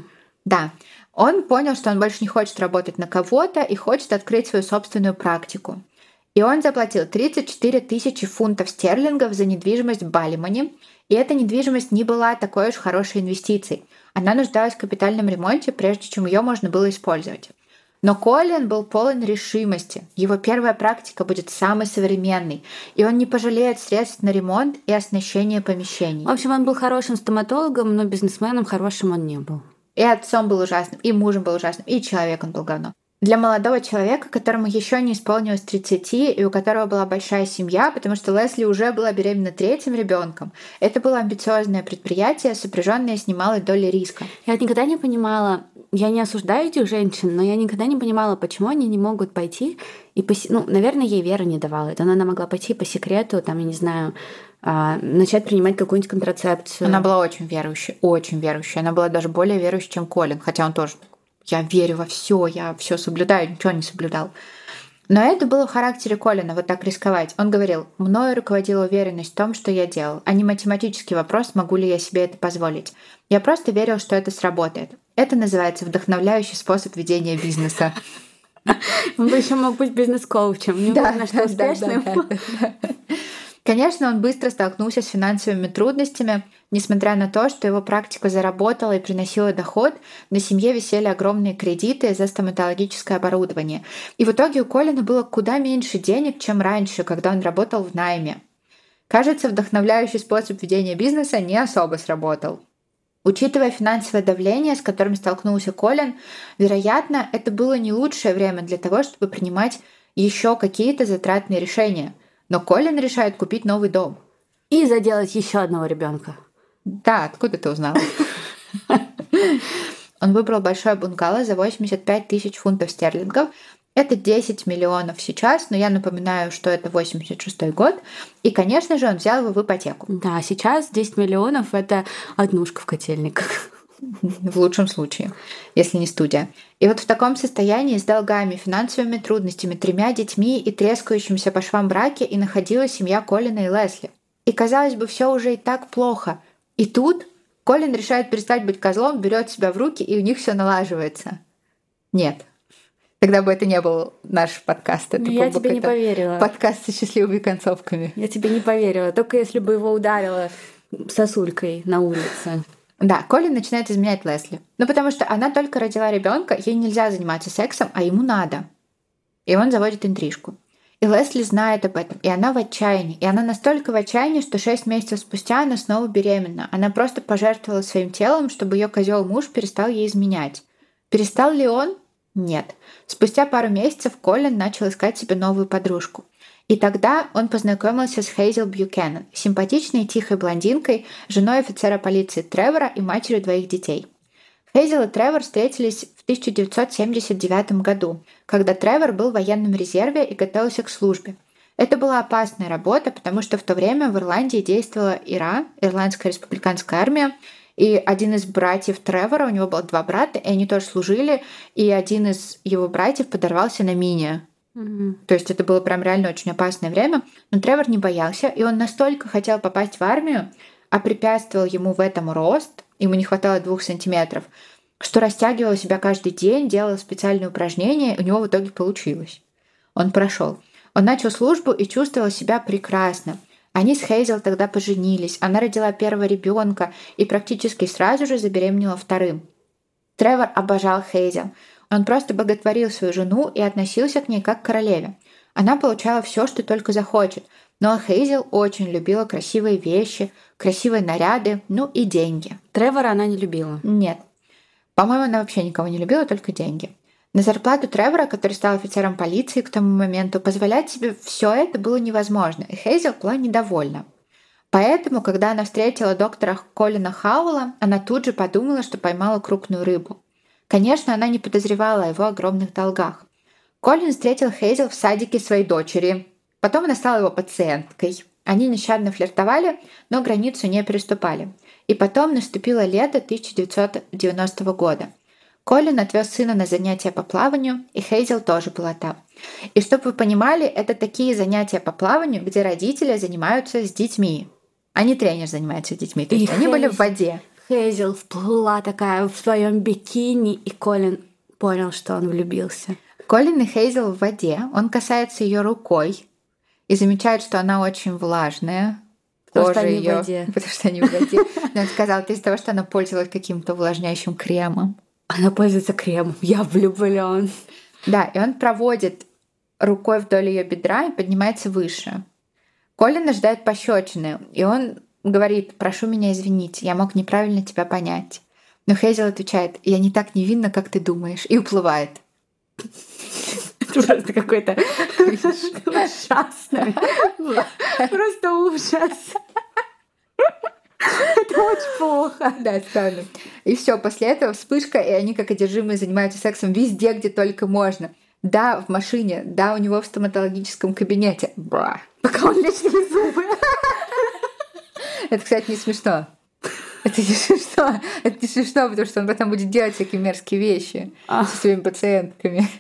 Да. Он понял, что он больше не хочет работать на кого-то и хочет открыть свою собственную практику. И он заплатил 34 тысячи фунтов стерлингов за недвижимость в Баллимане. И эта недвижимость не была такой уж хорошей инвестицией. Она нуждалась в капитальном ремонте, прежде чем ее можно было использовать. Но Колин был полон решимости. Его первая практика будет самой современной, и он не пожалеет средств на ремонт и оснащение помещений. В общем, он был хорошим стоматологом, но бизнесменом хорошим он не был. И отцом был ужасным, и мужем был ужасным, и человеком был говно. Для молодого человека, которому еще не исполнилось 30, и у которого была большая семья, потому что Лесли уже была беременна третьим ребенком, это было амбициозное предприятие, сопряженное с немалой долей риска. Я никогда не понимала, я не осуждаю этих женщин, но я никогда не понимала, почему они не могут пойти и, наверное, ей вера не давала. Это она могла пойти по секрету, там, я не знаю, начать принимать какую-нибудь контрацепцию. Она была очень верующей, очень верующей. Она была даже более верующей, чем Колин, хотя он тоже: я верю во все, я все соблюдаю, ничего не соблюдал. Но это было в характере Колина, вот так рисковать. Он говорил: мною руководила уверенность в том, что я делал, а не математический вопрос, могу ли я себе это позволить. Я просто верил, что это сработает. Это называется вдохновляющий способ ведения бизнеса. Он бы еще мог быть бизнес-коучем, не важно, что успешным. Конечно, он быстро столкнулся с финансовыми трудностями. Несмотря на то, что его практика заработала и приносила доход, на семье висели огромные кредиты за стоматологическое оборудование. И в итоге у Колина было куда меньше денег, чем раньше, когда он работал в найме. Кажется, вдохновляющий способ ведения бизнеса не особо сработал. Учитывая финансовое давление, с которым столкнулся Колин, вероятно, это было не лучшее время для того, чтобы принимать еще какие-то затратные решения. Но Колин решает купить новый дом. И заделать еще одного ребенка. Да, откуда ты узнала? Он выбрал большое бунгало за 85 тысяч фунтов стерлингов. Это 10 миллионов сейчас, но я напоминаю, что это 86-й год. И, конечно же, он взял его в ипотеку. Да, сейчас 10 миллионов — это однушка в Котельниках. В лучшем случае, если не студия. И вот в таком состоянии, с долгами, финансовыми трудностями, 3 детьми и трескающимся по швам браке и находилась семья Колина и Лесли. И, казалось бы, все уже и так плохо. И тут Колин решает перестать быть козлом, берет себя в руки, и у них все налаживается. Нет. Тогда бы это не был наш подкаст. Это я тебе не поверила. Подкаст со счастливыми концовками. Я тебе не поверила. Только если бы его ударила сосулькой на улице. Да, Колин начинает изменять Лесли. Ну, потому что она только родила ребенка, ей нельзя заниматься сексом, а ему надо. И он заводит интрижку. И Лесли знает об этом, и она в отчаянии. И она настолько в отчаянии, что 6 месяцев спустя она снова беременна. Она просто пожертвовала своим телом, чтобы ее козел муж перестал ей изменять. Перестал ли он? Нет. Спустя пару месяцев Колин начал искать себе новую подружку. И тогда он познакомился с Хейзел Бьюкенен, симпатичной и тихой блондинкой, женой офицера полиции Тревора и матерью 2 детей. Хейзел и Тревор встретились в 1979 году, когда Тревор был в военном резерве и готовился к службе. Это была опасная работа, потому что в то время в Ирландии действовала ИРА, Ирландская республиканская армия, и один из братьев Тревора, у него было 2 брата, и они тоже служили, и один из его братьев подорвался на мине. То есть это было прям реально очень опасное время. Но Тревор не боялся, и он настолько хотел попасть в армию, а препятствовал ему в этом рост, ему не хватало 2 сантиметров, что растягивал себя каждый день, делал специальные упражнения, и у него в итоге получилось. Он прошел. Он начал службу и чувствовал себя прекрасно. Они с Хейзел тогда поженились, она родила первого ребенка и практически сразу же забеременела 2-м. Тревор обожал Хейзел. Он просто боготворил свою жену и относился к ней как к королеве. Она получала все, что только захочет. Но Хейзел очень любила красивые вещи, красивые наряды, ну и деньги. Тревора она не любила. Нет. По-моему, она вообще никого не любила, только деньги. На зарплату Тревора, который стал офицером полиции к тому моменту, позволять себе все это было невозможно, и Хейзел была недовольна. Поэтому, когда она встретила доктора Колина Хауэлла, она тут же подумала, что поймала крупную рыбу. Конечно, она не подозревала о его огромных долгах. Колин встретил Хейзел в садике своей дочери. Потом она стала его пациенткой. Они нещадно флиртовали, но границу не переступали. И потом наступило лето 1990 года. Колин отвез сына на занятия по плаванию, и Хейзел тоже была там. И чтобы вы понимали, это такие занятия по плаванию, где родители занимаются с детьми. А не тренер занимается с детьми. То есть они были в воде. Хейзел вплыла такая в своем бикини, и Колин понял, что он влюбился. Колин и Хейзел в воде. Он касается ее рукой и замечает, что она очень влажная. Потому что они в воде. Потому что они в воде. Но он сказал, это из-за того, что она пользовалась каким-то увлажняющим кремом. Она пользуется кремом. Я влюблен. Да, и он проводит рукой вдоль ее бедра и поднимается выше. Колин ожидает пощечины, и он говорит: прошу меня извинить, я мог неправильно тебя понять. Но Хейзел отвечает: я не так невинна, как ты думаешь, и уплывает. Это просто какой-то ужасный. Просто ужас. Это очень плохо. Да, странно. И все, после этого вспышка, и они как одержимые занимаются сексом везде, где только можно. Да, в машине, да, у него в стоматологическом кабинете. Бра. Пока он лечит зубы. Это, кстати, не смешно. Это не смешно. Это не смешно, потому что он потом будет делать всякие мерзкие вещи со своими пациентками.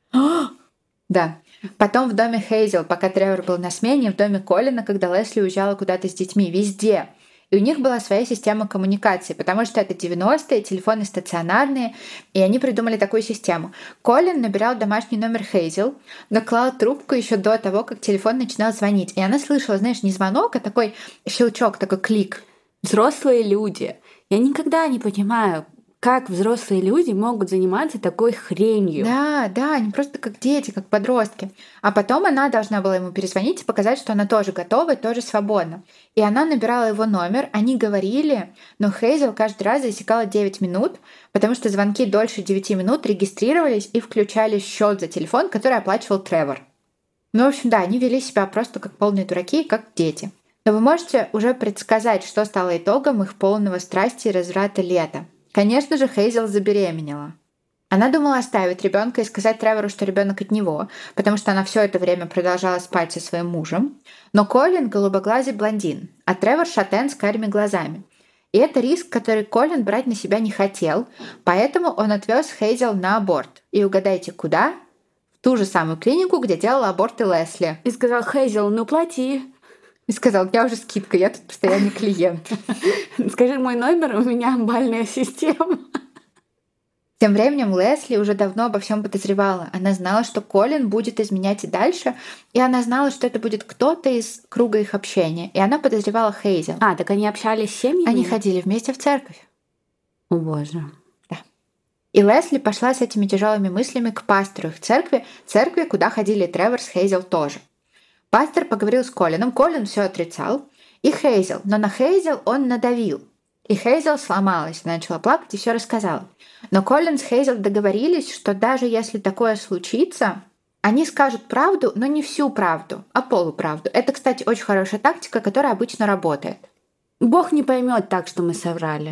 Да. Потом в доме Хейзел, пока Тревор был на смене, в доме Колина, когда Лесли уезжала куда-то с детьми, везде. И у них была своя система коммуникации, потому что это 90-е, телефоны стационарные, и они придумали такую систему. Колин набирал домашний номер Хейзел, но клал трубку еще до того, как телефон начинал звонить. И она слышала, знаешь, не звонок, а такой щелчок, такой клик. Взрослые люди. Я никогда не понимаю, как взрослые люди могут заниматься такой хренью. Да, они просто как дети, как подростки. А потом она должна была ему перезвонить и показать, что она тоже готова и тоже свободна. И она набирала его номер, они говорили, но Хейзел каждый раз засекала 9 минут, потому что звонки дольше 9 минут регистрировались и включали счет за телефон, который оплачивал Тревор. Ну, в общем, да, они вели себя просто как полные дураки, как дети. Но вы можете уже предсказать, что стало итогом их полного страсти и разврата лета. Конечно же, Хейзел забеременела. Она думала оставить ребенка и сказать Тревору, что ребенок от него, потому что она все это время продолжала спать со своим мужем. Но Колин — голубоглазый блондин, а Тревор — шатен с карими глазами. И это риск, который Колин брать на себя не хотел, поэтому он отвез Хейзел на аборт. И угадайте, куда? В ту же самую клинику, где делала аборты Лесли. И сказал: Хейзел, ну плати. И сказал: у меня уже скидка, я тут постоянный клиент. Скажи мой номер, у меня бальная система. Тем временем Лесли уже давно обо всем подозревала. Она знала, что Колин будет изменять и дальше, и она знала, что это будет кто-то из круга их общения. И она подозревала Хейзел. Так они общались с семьями? Они ходили вместе в церковь. О боже. Да. И Лесли пошла с этими тяжелыми мыслями к пастору их церкви, куда ходили Тревор с Хейзел тоже. Пастор поговорил с Колином, Колин все отрицал, и Хейзел, но на Хейзел он надавил. И Хейзел сломалась, начала плакать и все рассказала. Но Колин с Хейзел договорились, что даже если такое случится, они скажут правду, но не всю правду, а полуправду. Это, кстати, очень хорошая тактика, которая обычно работает. Бог не поймет так, что мы соврали.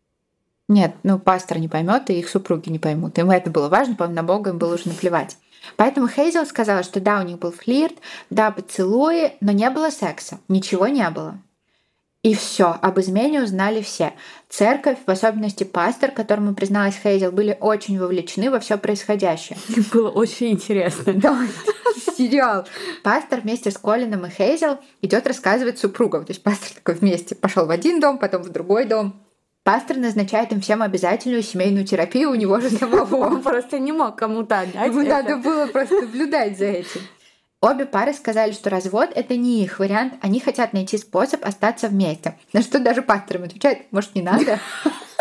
Нет, пастор не поймет, и их супруги не поймут. Им это было важно, по-моему, на Бога им было уже наплевать. Поэтому Хейзел сказала, что да, у них был флирт, да, поцелуи, но не было секса, ничего не было. И все, об измене узнали все. Церковь, в особенности пастор, которому призналась Хейзел, были очень вовлечены во все происходящее. Было очень интересно. Да, сериал. Пастор вместе с Колином и Хейзел идет рассказывать супругам. То есть пастор такой вместе пошел в один дом, потом в другой дом. Пастор назначает им всем обязательную семейную терапию у него же самого. Он просто не мог кому-то отдать. Ему надо было просто наблюдать за этим. Обе пары сказали, что развод — это не их вариант, они хотят найти способ остаться вместе. На что даже пастор им отвечает: может, не надо?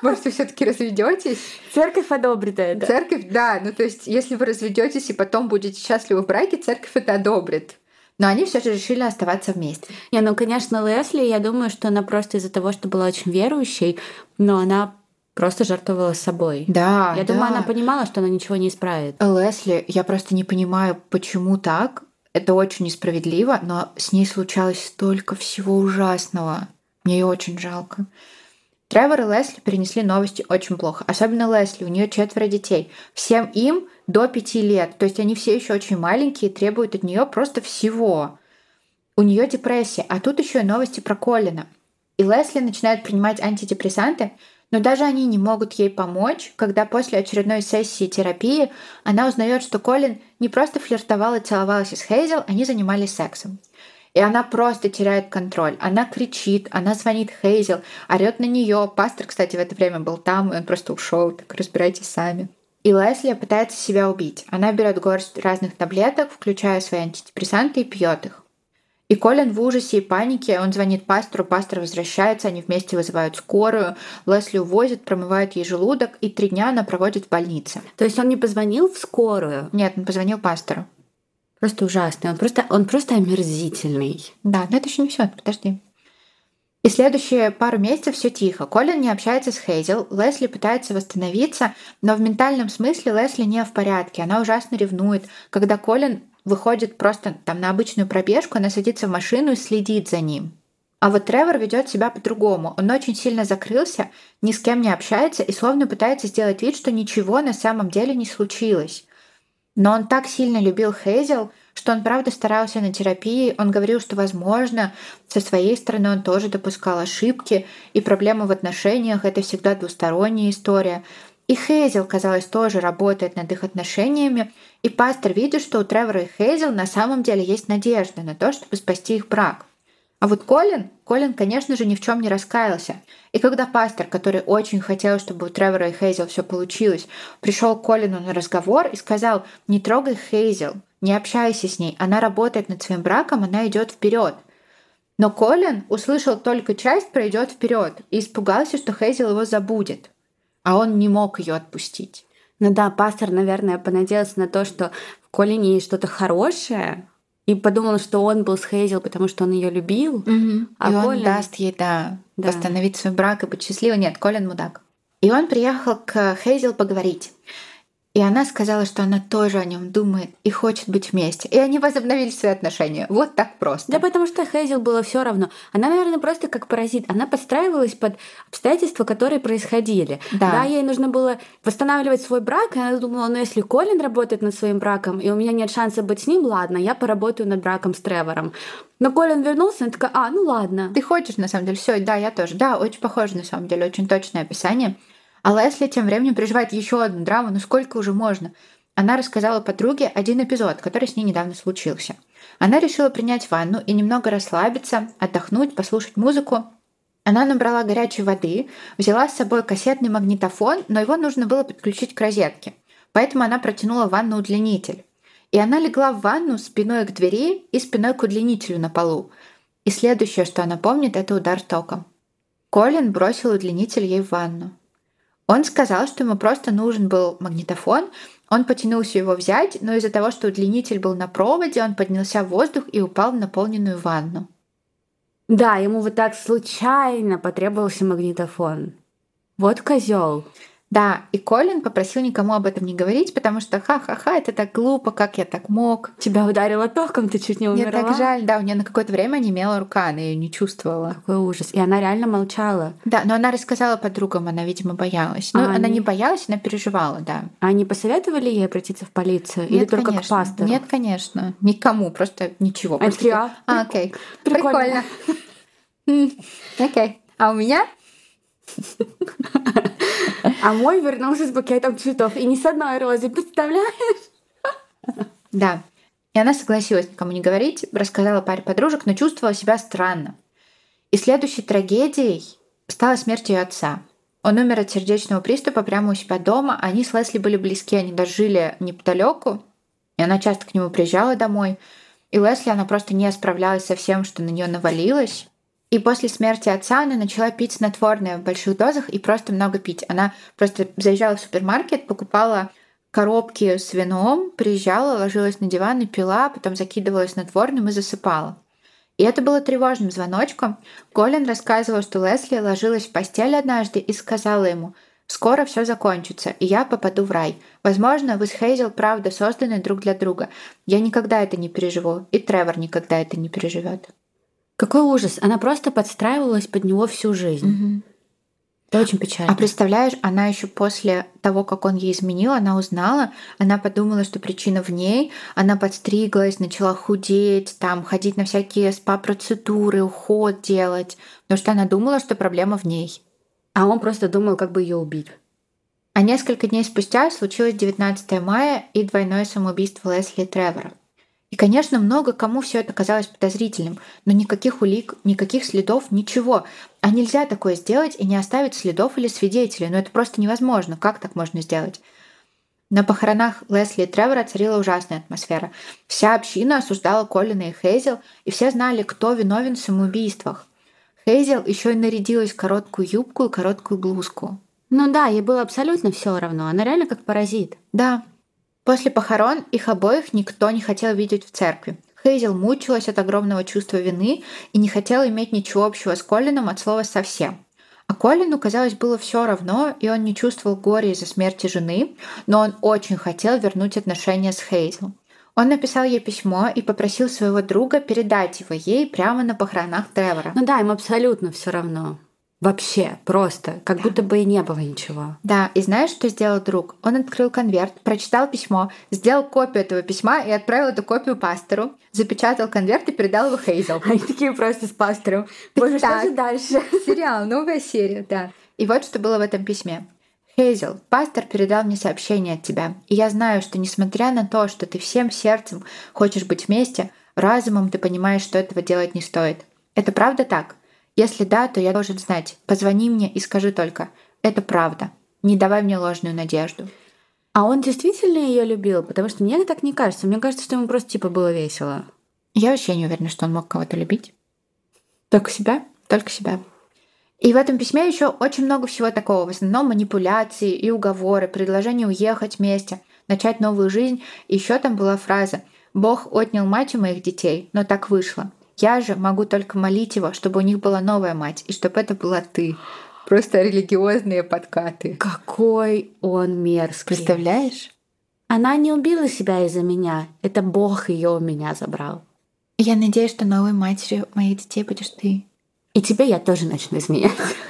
Может, вы все-таки разведетесь? Церковь одобрит это. Церковь, да. Ну, то есть, если вы разведетесь и потом будете счастливы в браке, церковь это одобрит. Но они все же решили оставаться вместе. Не, ну, конечно, Лесли, я думаю, что она просто из-за того, что была очень верующей, но она просто жертвовала собой. Да, я думаю, она понимала, что она ничего не исправит. Лесли, я просто не понимаю, почему так. Это очень несправедливо, но с ней случалось столько всего ужасного. Мне ее очень жалко. Тревор и Лесли перенесли новости очень плохо. Особенно Лесли, у нее 4 детей. Всем им до 5 лет. То есть они все еще очень маленькие и требуют от нее просто всего. У нее депрессия, а тут еще и новости про Колина. И Лесли начинает принимать антидепрессанты, но даже они не могут ей помочь, когда после очередной сессии терапии она узнает, что Колин не просто флиртовал и целовался с Хейзел, они занимались сексом. И она просто теряет контроль. Она кричит, она звонит Хейзел, орёт на нее. Пастор, кстати, в это время был там, и он просто ушел. Так разбирайтесь сами. И Лесли пытается себя убить. Она берет горсть разных таблеток, включая свои антидепрессанты, и пьет их. И Колин в ужасе и панике, он звонит пастору, пастор возвращается, они вместе вызывают скорую, Лесли увозят, промывают ей желудок, и 3 дня она проводит в больнице. То есть он не позвонил в скорую? Нет, он позвонил пастору. Просто ужасный, он просто омерзительный. Да, но это еще не все, подожди. И следующие пару месяцев все тихо. Колин не общается с Хейзел, Лесли пытается восстановиться, но в ментальном смысле Лесли не в порядке. Она ужасно ревнует. Когда Колин выходит просто там на обычную пробежку, она садится в машину и следит за ним. А вот Тревор ведет себя по-другому. Он очень сильно закрылся, ни с кем не общается и словно пытается сделать вид, что ничего на самом деле не случилось. Но он так сильно любил Хейзел, что он правда старался на терапии. Он говорил, что, возможно, со своей стороны он тоже допускал ошибки, и проблемы в отношениях — это всегда двусторонняя история. И Хейзел, казалось, тоже работает над их отношениями, и пастор видит, что у Тревора и Хейзел на самом деле есть надежда на то, чтобы спасти их брак. А вот Колин, конечно же, ни в чем не раскаялся. И когда пастор, который очень хотел, чтобы у Тревора и Хейзел все получилось, пришел к Колину на разговор и сказал: «Не трогай Хейзел, не общайся с ней, она работает над своим браком, она идет вперед». Но Колин услышал только часть про «идет вперед» и испугался, что Хейзел его забудет. А он не мог ее отпустить. Ну да, пастор, наверное, понадеялся на то, что в Колине есть что-то хорошее, и подумал, что он был с Хейзел, потому что он ее любил. А и он даст ей, восстановить свой брак и быть счастливой. Нет, Колин мудак. И он приехал к Хейзел поговорить. И она сказала, что она тоже о нем думает и хочет быть вместе. И они возобновили свои отношения. Вот так просто. Да, потому что Хейзел было все равно. Она, наверное, просто как паразит. Она подстраивалась под обстоятельства, которые происходили. Да, ей нужно было восстанавливать свой брак, и она думала, ну если Колин работает над своим браком, и у меня нет шанса быть с ним, ладно, я поработаю над браком с Тревором. Но Колин вернулся, и она такая: ну ладно. Ты хочешь, на самом деле, все, да, я тоже. Да, очень похоже, на самом деле, очень точное описание. А Лесли тем временем переживает еще одну драму. Ну сколько уже можно? Она рассказала подруге один эпизод, который с ней недавно случился. Она решила принять ванну и немного расслабиться, отдохнуть, послушать музыку. Она набрала горячей воды, взяла с собой кассетный магнитофон, но его нужно было подключить к розетке. Поэтому она протянула в ванну удлинитель. И она легла в ванну спиной к двери и спиной к удлинителю на полу. И следующее, что она помнит, это удар током. Колин бросил удлинитель ей в ванну. Он сказал, что ему просто нужен был магнитофон, он потянулся его взять, но из-за того, что удлинитель был на проводе, он поднялся в воздух и упал в наполненную ванну. Да, ему вот так случайно потребовался магнитофон. Вот козел. Да, и Колин попросил никому об этом не говорить, потому что ха-ха-ха, это так глупо, как я так мог. Тебя ударило током, ты чуть не умерла. Мне так жаль, да, у нее на какое-то время онемела рука, она ее не чувствовала. Какой ужас. И она реально молчала. Да, но она рассказала подругам, она, видимо, боялась. Ну, она не боялась, она переживала, да. А они посоветовали ей обратиться в полицию? Нет, или только конечно. к пастору? Нет, конечно. Никому, просто ничего. Окей. Прикольно. Окей. А у меня? А мой вернулся с букетом цветов. И не с одной розой, представляешь? Да. И она согласилась никому не говорить, рассказала паре подружек, но чувствовала себя странно. И следующей трагедией стала смерть ее отца. Он умер от сердечного приступа прямо у себя дома. Они с Лесли были близки, они даже жили неподалеку. И она часто к нему приезжала домой. И Лесли, она просто не справлялась со всем, что на нее навалилось. И после смерти отца она начала пить снотворное в больших дозах и просто много пить. Она просто заезжала в супермаркет, покупала коробки с вином, приезжала, ложилась на диван и пила, потом закидывала снотворным и засыпала. И это было тревожным звоночком. Колин рассказывал, что Лесли ложилась в постель однажды и сказала ему: «Скоро все закончится, и я попаду в рай. Возможно, вы с Хейзел правда созданы друг для друга. Я никогда это не переживу, и Тревор никогда это не переживет». Какой ужас! Она просто подстраивалась под него всю жизнь. Угу. Это очень печально. А представляешь, она еще после того, как он ей изменил, она узнала, она подумала, что причина в ней, она подстриглась, начала худеть, там, ходить на всякие спа-процедуры, уход делать, потому что она думала, что проблема в ней. А он просто думал, как бы ее убить. А несколько дней спустя случилось 19 мая и двойное самоубийство Лесли и Тревора. И, конечно, много кому все это казалось подозрительным, но никаких улик, никаких следов, ничего. А нельзя такое сделать и не оставить следов или свидетелей. Но это просто невозможно. Как так можно сделать? На похоронах Лесли и Тревора царила ужасная атмосфера. Вся община осуждала Колина и Хейзел, и все знали, кто виновен в самоубийствах. Хейзел еще и нарядилась в короткую юбку и короткую блузку. Ну да, ей было абсолютно все равно. Она реально как паразит. Да. После похорон их обоих никто не хотел видеть в церкви. Хейзел мучилась от огромного чувства вины и не хотела иметь ничего общего с Колином от слова совсем. А Колину, казалось, было все равно, и он не чувствовал горя из-за смерти жены, но он очень хотел вернуть отношения с Хейзел. Он написал ей письмо и попросил своего друга передать его ей прямо на похоронах Тревора. Ну да, им абсолютно все равно. Вообще, просто, как будто бы и не было ничего. Да, и знаешь, что сделал друг? Он открыл конверт, прочитал письмо, сделал копию этого письма и отправил эту копию пастору, запечатал конверт и передал его Хейзел. Они такие просто с пастором. Боже, что же дальше? Сериал, новая серия, да. И вот что было в этом письме. «Хейзел, пастор передал мне сообщение от тебя, и я знаю, что несмотря на то, что ты всем сердцем хочешь быть вместе, разумом ты понимаешь, что этого делать не стоит. Это правда так? Если да, то я должен знать. Позвони мне и скажи только: это правда. Не давай мне ложную надежду». А он действительно ее любил? Потому что мне так не кажется. Мне кажется, что ему просто типа было весело. Я вообще не уверена, что он мог кого-то любить. Только себя? Только себя. И в этом письме еще очень много всего такого. В основном манипуляции и уговоры, предложение уехать вместе, начать новую жизнь. И еще там была фраза: «Бог отнял мать у моих детей, но так вышло. Я же могу только молить его, чтобы у них была новая мать, и чтобы это была ты». Просто религиозные подкаты. Какой он мерзкий. Представляешь? Она не убила себя из-за меня. Это Бог ее у меня забрал. Я надеюсь, что новой матерью моих детей будешь ты. И тебе я тоже начну изменять.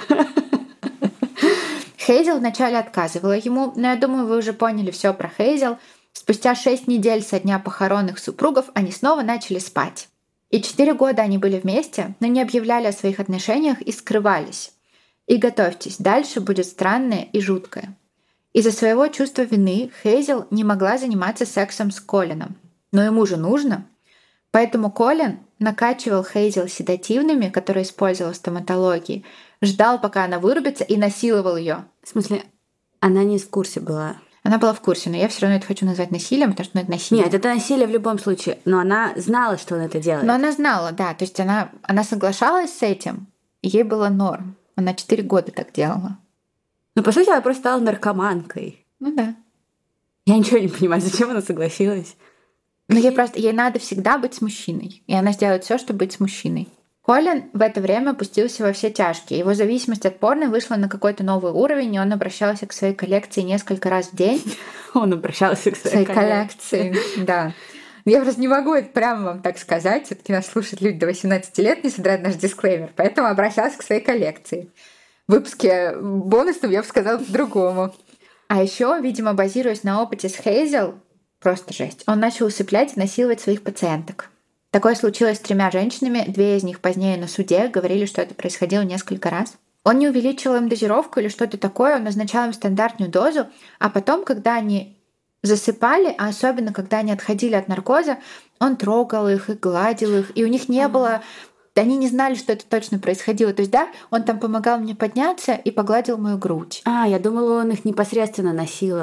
Хейзел вначале отказывала ему, но я думаю, вы уже поняли все про Хейзел. Спустя 6 недель со дня похорон их супругов они снова начали спать. И 4 года они были вместе, но не объявляли о своих отношениях и скрывались. И готовьтесь, дальше будет странное и жуткое. Из-за своего чувства вины Хейзел не могла заниматься сексом с Колином. Но ему же нужно. Поэтому Колин накачивал Хейзел седативными, которые использовал в стоматологии, ждал, пока она вырубится, и насиловал ее. В смысле, она не в курсе была? Она была в курсе, но я все равно это хочу назвать насилием, потому что это насилие. Нет, это насилие в любом случае, но она знала, что он это делает. Но она знала, да. То есть она соглашалась с этим, и ей было норм. Она 4 года так делала. Ну, по сути, она просто стала наркоманкой. Ну да. Я ничего не понимаю, зачем она согласилась. Но ей надо всегда быть с мужчиной. И она сделает все, чтобы быть с мужчиной. Колин в это время пустился во все тяжкие. Его зависимость от порно вышла на какой-то новый уровень, и он обращался к своей коллекции несколько раз в день. Он обращался к своей коллекции. Да. Я просто не могу это прямо вам так сказать. Все-таки нас слушают люди до 18 лет, несмотря на наш дисклеймер. Поэтому обращался к своей коллекции. В выпуске бонусом я бы сказала по-другому. А еще, видимо, базируясь на опыте с Хейзел, просто жесть, он начал усыплять и насиловать своих пациенток. Такое случилось с 3 женщинами, 2 из них позднее на суде говорили, что это происходило несколько раз. Он не увеличивал им дозировку или что-то такое, он назначал им стандартную дозу, а потом, когда они засыпали, а особенно когда они отходили от наркоза, он трогал их и гладил их, и у них не было... Они не знали, что это точно происходило. То есть, да, он там помогал мне подняться и погладил мою грудь. Я думала, он их непосредственно насиловал.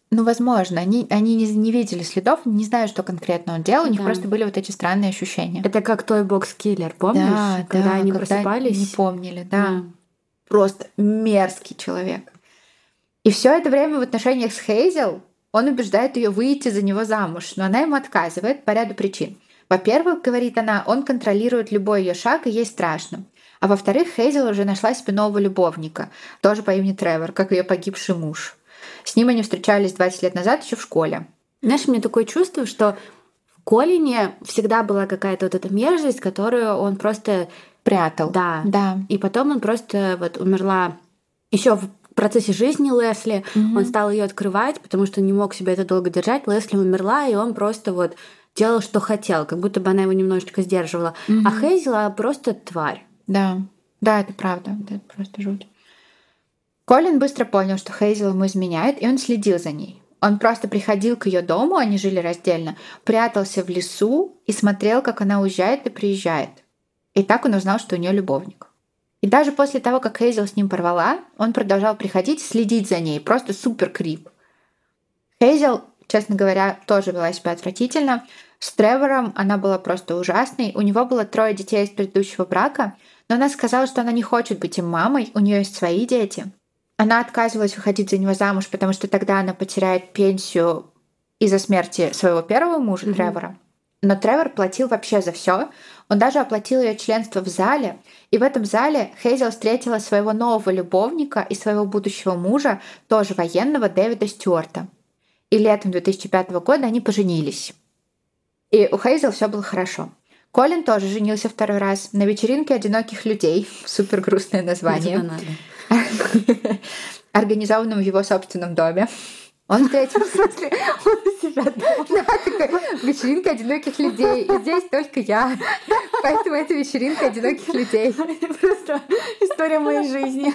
Ну, возможно, они не видели следов, не знаю, что конкретно он делал, у них Да. просто были вот эти странные ощущения. Это как Той Бокс-киллер, помнишь? Да, когда да, они когда просыпались. не помнили, да. Просто мерзкий человек. И все это время в отношениях с Хейзел он убеждает ее выйти за него замуж, но она ему отказывает по ряду причин. Во-первых, говорит она, он контролирует любой ее шаг, и ей страшно. А во-вторых, Хейзел уже нашла себе нового любовника, тоже по имени Тревор, как ее погибший муж. С ним они встречались 20 лет назад еще в школе. Знаешь, у меня такое чувство, что в Колине всегда была какая-то вот эта мерзость, которую он просто прятал. Да. Да. И потом он просто вот умерла еще в процессе жизни Лесли. Он стал ее открывать, потому что не мог себя это долго держать. Лесли умерла, и он просто вот делал, что хотел, как будто бы она его немножечко сдерживала. А Хейзел просто тварь. Да, да, это правда. Это просто жуть. Колин быстро понял, что Хейзел ему изменяет, и он следил за ней. Он просто приходил к ее дому, они жили раздельно, прятался в лесу и смотрел, как она уезжает и приезжает. И так он узнал, что у нее любовник. И даже после того, как Хейзел с ним порвала, он продолжал приходить и следить за ней. Просто супер крип. Хейзел, честно говоря, тоже вела себя отвратительно. С Тревором она была просто ужасной. У него было 3 детей из предыдущего брака, но она сказала, что она не хочет быть им мамой, у нее есть свои дети. Она отказывалась выходить за него замуж, потому что тогда она потеряет пенсию из-за смерти своего первого мужа, Тревора. Но Тревор платил вообще за все. Он даже оплатил ее членство в зале. И в этом зале Хейзел встретила своего нового любовника и своего будущего мужа, тоже военного, Дэвида Стюарта. И летом 2005 года они поженились. И у Хейзел все было хорошо. Колин тоже женился 2 раз на вечеринке одиноких людей. Супер грустное название. Организованном в его собственном доме. Он встретил... В смысле, он у себя дома. Да, такая вечеринка одиноких людей. И здесь только я. Поэтому это вечеринка одиноких людей. Просто история моей жизни.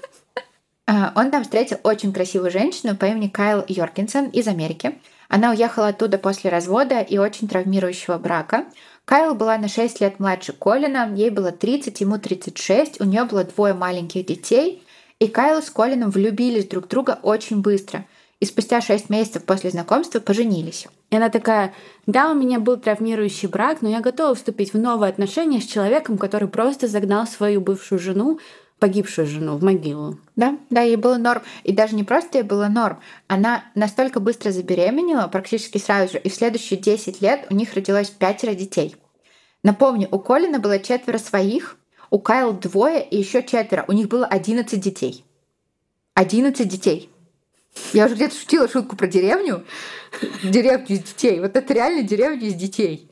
Он там встретил очень красивую женщину по имени Кайл Йоргенсен из Америки. Она уехала оттуда после развода и очень травмирующего брака. Кайл была на 6 лет младше Колина, ей было 30, ему 36, у нее было 2 маленьких детей. И Кайл с Колином влюбились друг в друга очень быстро. И спустя 6 месяцев после знакомства поженились. И она такая: да, у меня был травмирующий брак, но я готова вступить в новые отношения с человеком, который просто загнал свою бывшую жену, погибшую жену, в могилу. Да, ей было норм. И даже не просто ей было норм. Она настолько быстро забеременела, практически сразу же, и в следующие 10 лет у них родилось 5 детей. Напомню, у Колина было 4 своих, у Кайл 2 и еще 4. У них было 11 детей. 11 детей. Я уже где-то шутила шутку про деревню. Деревню из детей. Вот это реально деревня из детей.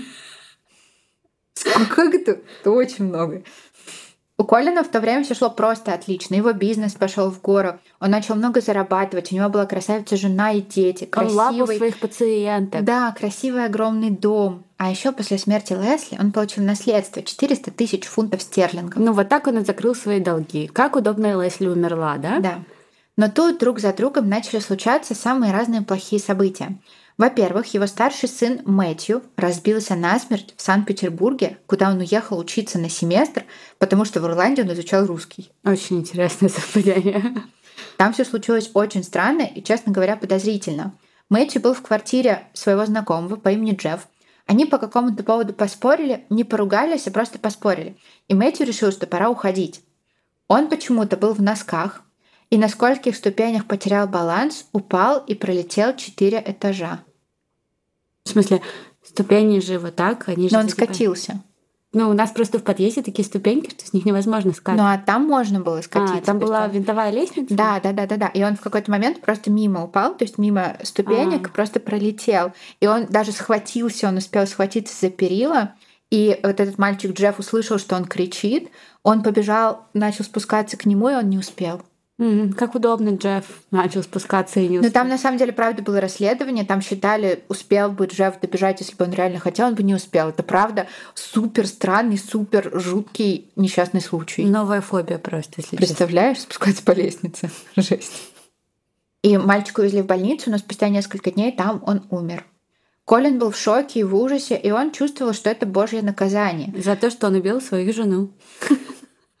Сколько это? Это очень много. У Колина в то время все шло просто отлично. Его бизнес пошел в гору. Он начал много зарабатывать. У него была красавица жена и дети. Он лапал своих пациентов. Да, красивый огромный дом. А еще после смерти Лесли он получил наследство 400 000 фунтов стерлингов. Ну вот так он и закрыл свои долги. Как удобно Лесли умерла, да? Да. Но тут друг за другом начали случаться самые разные плохие события. Во-первых, его старший сын Мэтью разбился насмерть в Санкт-Петербурге, куда он уехал учиться на семестр, потому что в Ирландии он изучал русский. Очень интересное совпадение. Там все случилось очень странно и, честно говоря, подозрительно. Мэтью был в квартире своего знакомого по имени Джефф. Они по какому-то поводу поспорили, не поругались, а просто поспорили. И Мэтью решил, что пора уходить. Он почему-то был в носках, и на скольких ступенях потерял баланс, упал и пролетел 4 этажа. В смысле, ступени же вот так, они же... Но он скатился. Ну, у нас просто в подъезде такие ступеньки, что с них невозможно скатиться. Ну, а там можно было скатиться. Там была винтовая лестница? Да. И он в какой-то момент просто мимо упал, то есть мимо ступенек просто пролетел. И он даже схватился, он успел схватиться за перила. И вот этот мальчик Джефф услышал, что он кричит. Он побежал, начал спускаться к нему, и он не успел. Как удобно Джефф начал спускаться и не успел. Но там на самом деле, правда, было расследование. Там считали, успел бы Джефф добежать, если бы он реально хотел, он бы не успел. Это правда супер странный, супер жуткий несчастный случай. Новая фобия просто, если Представляешь, честно. спускаться по лестнице. Жесть. И мальчика увезли в больницу, но спустя несколько дней там он умер. Колин был в шоке и в ужасе, и он чувствовал, что это Божье наказание. За то, что он убил свою жену.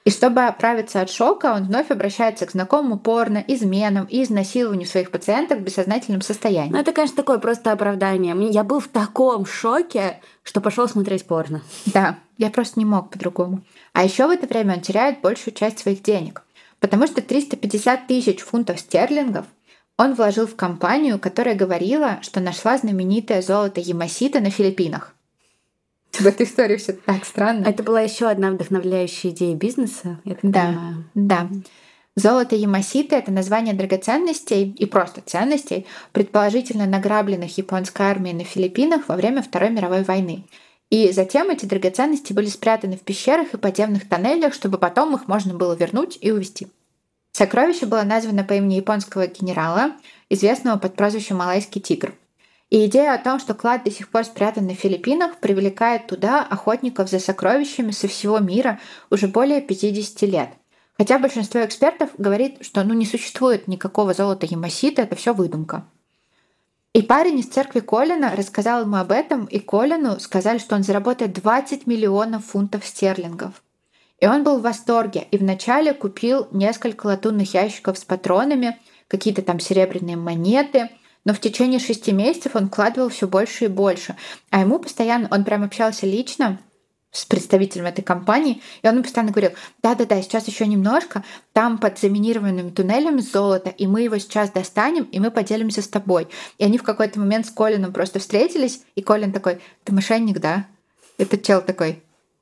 И чтобы оправиться от шока, он вновь обращается к знакомому порно, изменам и изнасилованию своих пациенток в бессознательном состоянии. Ну, это, конечно, такое просто оправдание. Я был в таком шоке, что пошел смотреть порно. Да, я просто не мог по-другому. А еще в это время он теряет большую часть своих денег, потому что 350 тысяч фунтов стерлингов он вложил в компанию, которая говорила, что нашла знаменитое золото Ямасита на Филиппинах. В этой истории все так странно. Это была еще одна вдохновляющая идея бизнеса, я так понимаю. Да. Золото Ямасита — это название драгоценностей и просто ценностей, предположительно награбленных японской армией на Филиппинах во время Второй мировой войны. И затем эти драгоценности были спрятаны в пещерах и подземных тоннелях, чтобы потом их можно было вернуть и увезти. Сокровище было названо по имени японского генерала, известного под прозвищем «Малайский тигр». И идея о том, что клад до сих пор спрятан на Филиппинах, привлекает туда охотников за сокровищами со всего мира уже более 50 лет. Хотя большинство экспертов говорит, что не существует никакого золота Ямасита, это все выдумка. И парень из церкви Колина рассказал ему об этом, и Колину сказали, что он заработает 20 миллионов фунтов стерлингов. И он был в восторге, и вначале купил несколько латунных ящиков с патронами, какие-то там серебряные монеты, но в течение 6 месяцев он вкладывал все больше и больше. А ему постоянно, он прям общался лично с представителем этой компании, и он ему постоянно говорил: да-да-да, сейчас еще немножко, там под заминированными туннелями золото, и мы его сейчас достанем, и мы поделимся с тобой. И они в какой-то момент с Колином просто встретились, и Колин такой: ты мошенник, да? Этот чел такой: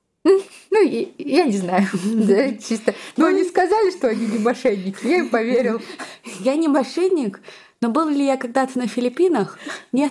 я не знаю. Да, чисто. Но они сказали, что они не мошенники, я им поверил. Я не мошенник, но был ли я когда-то на Филиппинах? Нет.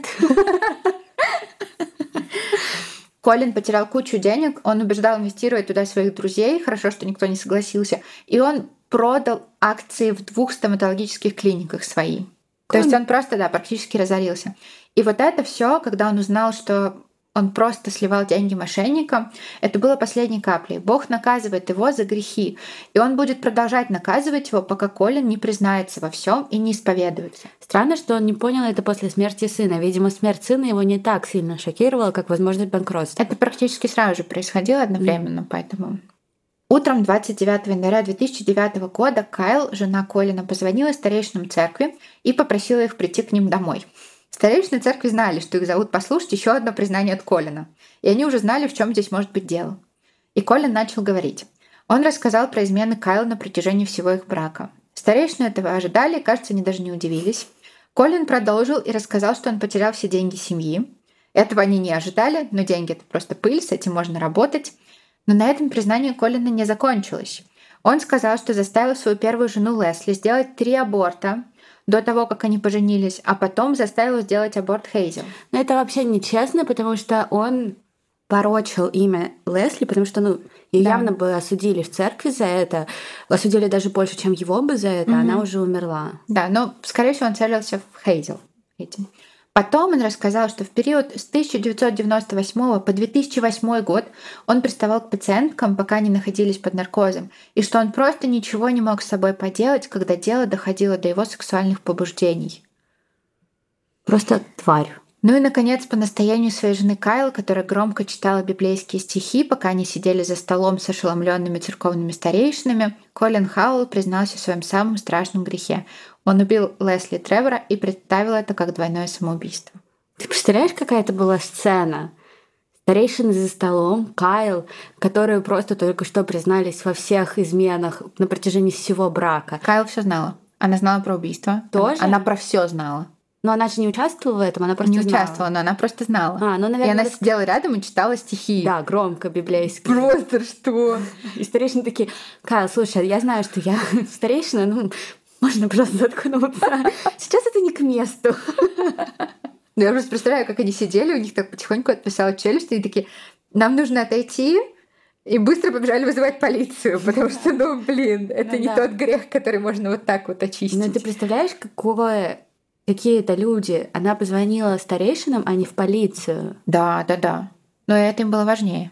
Колин потерял кучу денег, он убеждал инвестировать туда своих друзей, хорошо, что никто не согласился, и он продал акции в 2 стоматологических клиниках свои. То есть он просто, практически разорился. И вот это все, когда он узнал, что он просто сливал деньги мошенникам, это было последней каплей. Бог наказывает его за грехи, и он будет продолжать наказывать его, пока Колин не признается во всем и не исповедуется. Странно, что он не понял это после смерти сына. Видимо, смерть сына его не так сильно шокировала, как возможность банкротства. Это практически сразу же происходило одновременно, поэтому... Утром 29 января 2009 года Кайл, жена Колина, позвонила старейшинам церкви и попросила их прийти к ним домой. Старейшины церкви знали, что их зовут послушать еще одно признание от Колина, и они уже знали, в чем здесь может быть дело. И Колин начал говорить. Он рассказал про измены Кайла на протяжении всего их брака. Старейшины этого ожидали, кажется, они даже не удивились. Колин продолжил и рассказал, что он потерял все деньги семьи. Этого они не ожидали, но деньги — это просто пыль, с этим можно работать. Но на этом признание Колина не закончилось. Он сказал, что заставил свою первую жену Лесли сделать 3 аборта до того, как они поженились, а потом заставил сделать аборт Хейзел. Но это вообще нечестно, потому что он порочил имя Лесли, потому что ее явно бы осудили в церкви за это, осудили даже больше, чем его бы за это, она уже умерла. Да, но, скорее всего, он целился в Хейзел этим. Потом он рассказал, что в период с 1998 по 2008 год он приставал к пациенткам, пока они находились под наркозом, и что он просто ничего не мог с собой поделать, когда дело доходило до его сексуальных побуждений. Просто тварь. Ну и, наконец, по настоянию своей жены Кайл, которая громко читала библейские стихи, пока они сидели за столом с ошеломленными церковными старейшинами, Колин Хауэлл признался в своем самом страшном грехе. Он убил Лесли Тревора и представил это как двойное самоубийство. Ты представляешь, какая это была сцена? Старейшины за столом, Кайл, которые просто только что признались во всех изменах на протяжении всего брака. Кайл все знала. Она знала про убийство. Тоже? Она про все знала. Но она же не участвовала в этом, она просто не знала. Участвовала, но она просто знала. Наверное, и она сидела рядом и читала стихи. Да, громко, библейские. Просто что? И старейшины такие: Кайл, слушай, я знаю, что я старейшина, можно, пожалуйста, заткнуться. Сейчас это не к месту. Я просто представляю, как они сидели, у них так потихоньку отписала челюсть, и такие: нам нужно отойти, и быстро побежали вызывать полицию, потому что, это не тот грех, который можно вот так вот очистить. Ну, ты представляешь, какие это люди? Она позвонила старейшинам, а не в полицию. Да. Но это им было важнее.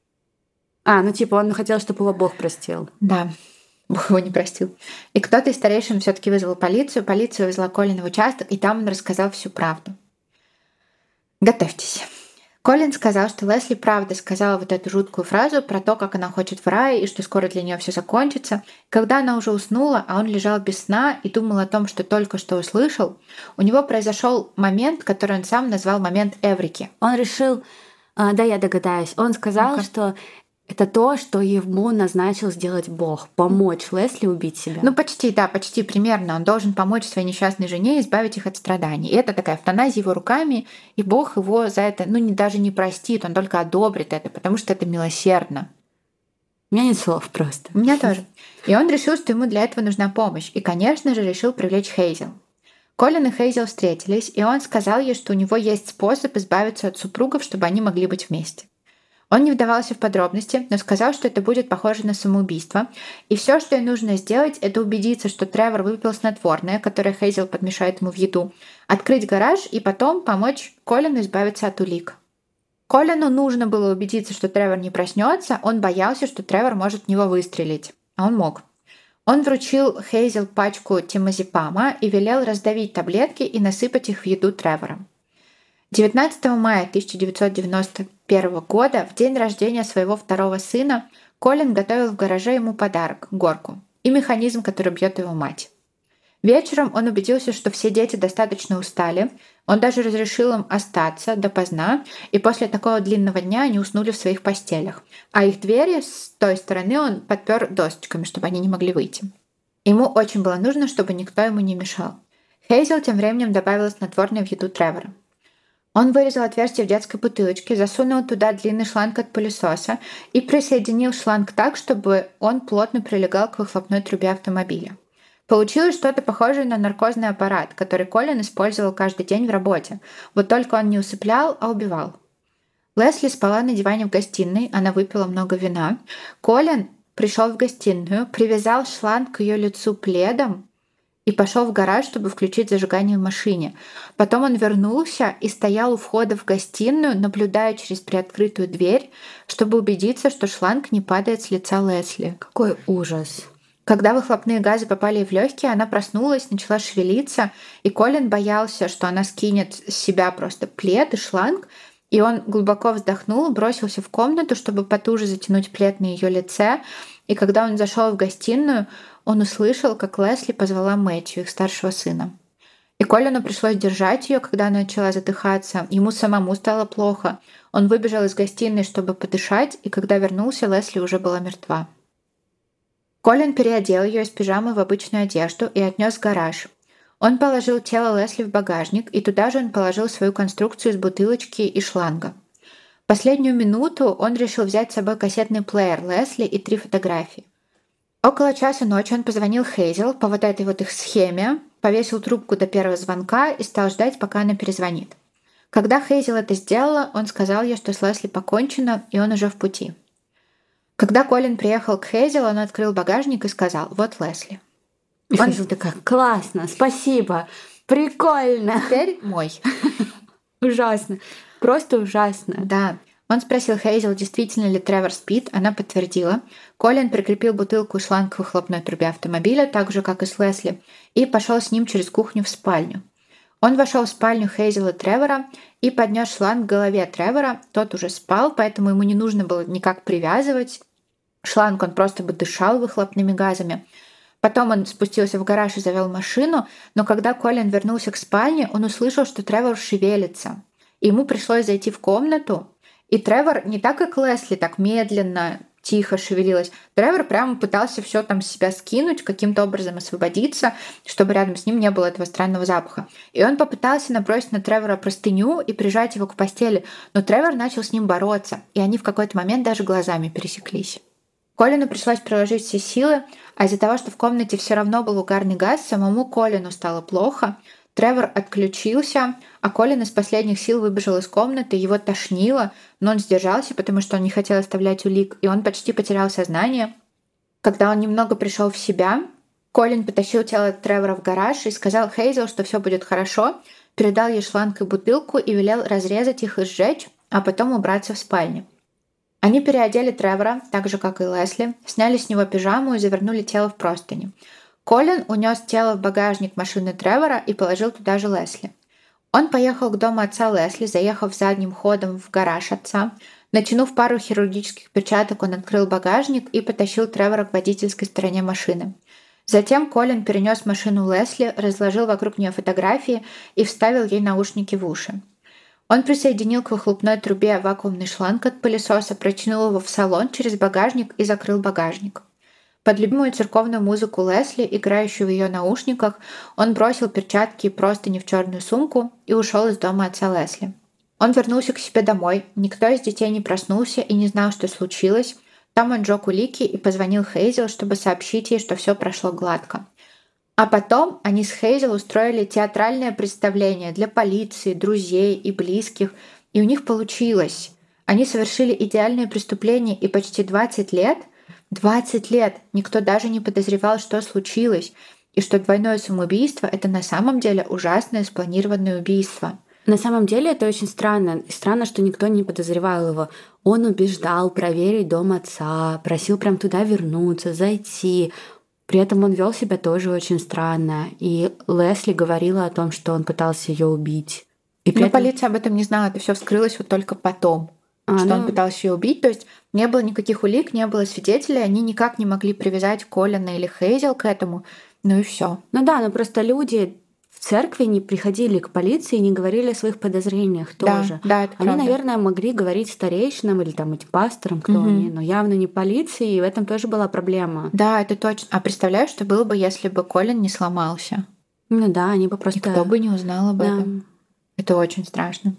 Он хотел, чтобы его Бог простил. Да. Бог его не простил. И кто-то из старейшин все-таки вызвал полицию. Полиция везла Колина в участок, и там он рассказал всю правду. Готовьтесь. Колин сказал, что Лесли правда сказала вот эту жуткую фразу про то, как она хочет в рай и что скоро для нее все закончится. Когда она уже уснула, а он лежал без сна и думал о том, что только что услышал, у него произошел момент, который он сам назвал момент Эврики. Он решил, да, я догадаюсь, он сказал, что это то, что ему назначил сделать Бог, помочь Лесли убить себя. Ну, почти, да, почти примерно. Он должен помочь своей несчастной жене избавить их от страданий. И это такая эвтаназия его руками, и Бог его за это, даже не простит, он только одобрит это, потому что это милосердно. У меня нет слов просто. У меня тоже. И он решил, что ему для этого нужна помощь. И, конечно же, решил привлечь Хейзел. Колин и Хейзел встретились, и он сказал ей, что у него есть способ избавиться от супругов, чтобы они могли быть вместе. Он не вдавался в подробности, но сказал, что это будет похоже на самоубийство, и все, что ей нужно сделать, это убедиться, что Тревор выпил снотворное, которое Хейзел подмешает ему в еду, открыть гараж и потом помочь Колину избавиться от улик. Колину нужно было убедиться, что Тревор не проснется, он боялся, что Тревор может в него выстрелить, а он мог. Он вручил Хейзел пачку тимазепама и велел раздавить таблетки и насыпать их в еду Тревора. 19 мая 1991 года, в день рождения своего второго сына, Колин готовил в гараже ему подарок – горку и механизм, который бьет его мать. Вечером он убедился, что все дети достаточно устали, он даже разрешил им остаться допоздна, и после такого длинного дня они уснули в своих постелях, а их двери с той стороны он подпер досочками, чтобы они не могли выйти. Ему очень было нужно, чтобы никто ему не мешал. Хейзел тем временем добавила снотворное в еду Тревора. Он вырезал отверстие в детской бутылочке, засунул туда длинный шланг от пылесоса и присоединил шланг так, чтобы он плотно прилегал к выхлопной трубе автомобиля. Получилось что-то похожее на наркозный аппарат, который Колин использовал каждый день в работе. Вот только он не усыплял, а убивал. Лесли спала на диване в гостиной, она выпила много вина. Колин пришел в гостиную, привязал шланг к ее лицу пледом и пошел в гараж, чтобы включить зажигание в машине. Потом он вернулся и стоял у входа в гостиную, наблюдая через приоткрытую дверь, чтобы убедиться, что шланг не падает с лица Лесли. Какой ужас. Когда выхлопные газы попали в легкие, она проснулась, начала шевелиться, и Колин боялся, что она скинет с себя просто плед и шланг, и он глубоко вздохнул, бросился в комнату, чтобы потуже затянуть плед на ее лице, и когда он зашел в гостиную, он услышал, как Лесли позвала Мэтью, их старшего сына. И Колину пришлось держать ее, когда она начала задыхаться. Ему самому стало плохо. Он выбежал из гостиной, чтобы подышать, и когда вернулся, Лесли уже была мертва. Колин переодел ее из пижамы в обычную одежду и отнес в гараж. Он положил тело Лесли в багажник, и туда же он положил свою конструкцию из бутылочки и шланга. В последнюю минуту он решил взять с собой кассетный плеер Лесли и 3 фотографии. Около часа ночи он позвонил Хейзел по вот этой вот их схеме, повесил трубку до первого звонка и стал ждать, пока она перезвонит. Когда Хейзел это сделала, он сказал ей, что с Лесли покончено, и он уже в пути. Когда Колин приехал к Хейзел, он открыл багажник и сказал: «Вот Лесли». И Хейзел такая: «Классно, спасибо, прикольно». «Теперь мой». Ужасно, просто ужасно. Да. Он спросил Хейзел, действительно ли Тревор спит, она подтвердила. Колин прикрепил бутылку и шланг к выхлопной трубе автомобиля, так же, как и с Лесли, и пошел с ним через кухню в спальню. Он вошел в спальню Хейзел и Тревора и поднес шланг к голове Тревора. Тот уже спал, поэтому ему не нужно было никак привязывать шланг, он просто бы дышал выхлопными газами. Потом он спустился в гараж и завел машину, но когда Колин вернулся к спальне, он услышал, что Тревор шевелится. Ему пришлось зайти в комнату, и Тревор не так, как Лесли, так медленно, тихо шевелилась. Тревор прямо пытался все там с себя скинуть, каким-то образом освободиться, чтобы рядом с ним не было этого странного запаха. И он попытался набросить на Тревора простыню и прижать его к постели, но Тревор начал с ним бороться, и они в какой-то момент даже глазами пересеклись. Колину пришлось приложить все силы, а из-за того, что в комнате все равно был угарный газ, самому Колину стало плохо. Тревор отключился, а Колин из последних сил выбежал из комнаты, его тошнило, но он сдержался, потому что он не хотел оставлять улик, и он почти потерял сознание. Когда он немного пришел в себя, Колин потащил тело Тревора в гараж и сказал Хейзел, что все будет хорошо, передал ей шланг и бутылку и велел разрезать их и сжечь, а потом убраться в спальню. Они переодели Тревора, так же, как и Лесли, сняли с него пижаму и завернули тело в простыни. Колин унес тело в багажник машины Тревора и положил туда же Лесли. Он поехал к дому отца Лесли, заехав задним ходом в гараж отца. Натянув пару хирургических перчаток, он открыл багажник и потащил Тревора к водительской стороне машины. Затем Колин перенес машину Лесли, разложил вокруг нее фотографии и вставил ей наушники в уши. Он присоединил к выхлопной трубе вакуумный шланг от пылесоса, протянул его в салон через багажник и закрыл багажник. Под любимую церковную музыку Лесли, играющую в ее наушниках, он бросил перчатки и простыни в черную сумку и ушел из дома отца Лесли. Он вернулся к себе домой, никто из детей не проснулся и не знал, что случилось. Там он сжег улики и позвонил Хейзел, чтобы сообщить ей, что все прошло гладко. А потом они с Хейзел устроили театральное представление для полиции, друзей и близких, и у них получилось. Они совершили идеальное преступление, и почти 20 лет никто даже не подозревал, что случилось, и что двойное самоубийство — это на самом деле ужасное спланированное убийство. На самом деле это очень странно. И странно, что никто не подозревал его. Он убеждал проверить дом отца, просил прям туда вернуться, зайти. При этом он вел себя тоже очень странно. И Лесли говорила о том, что он пытался ее убить. И Но полиция об этом не знала, это все вскрылось вот только потом, что он пытался ее убить. То есть не было никаких улик, не было свидетелей, они никак не могли привязать Колина или Хейзел к этому. Ну и все. Ну да, но просто люди в церкви не приходили к полиции и не говорили о своих подозрениях тоже. Да, это они, правда. наверное, могли говорить старейшинам или там этим пасторам, кто они, но явно не полиции, и в этом тоже была проблема. Да, это точно. А представляешь, что было бы, если бы Колин не сломался? Ну да, они бы просто... Никто бы не узнал об этом. Это очень страшно.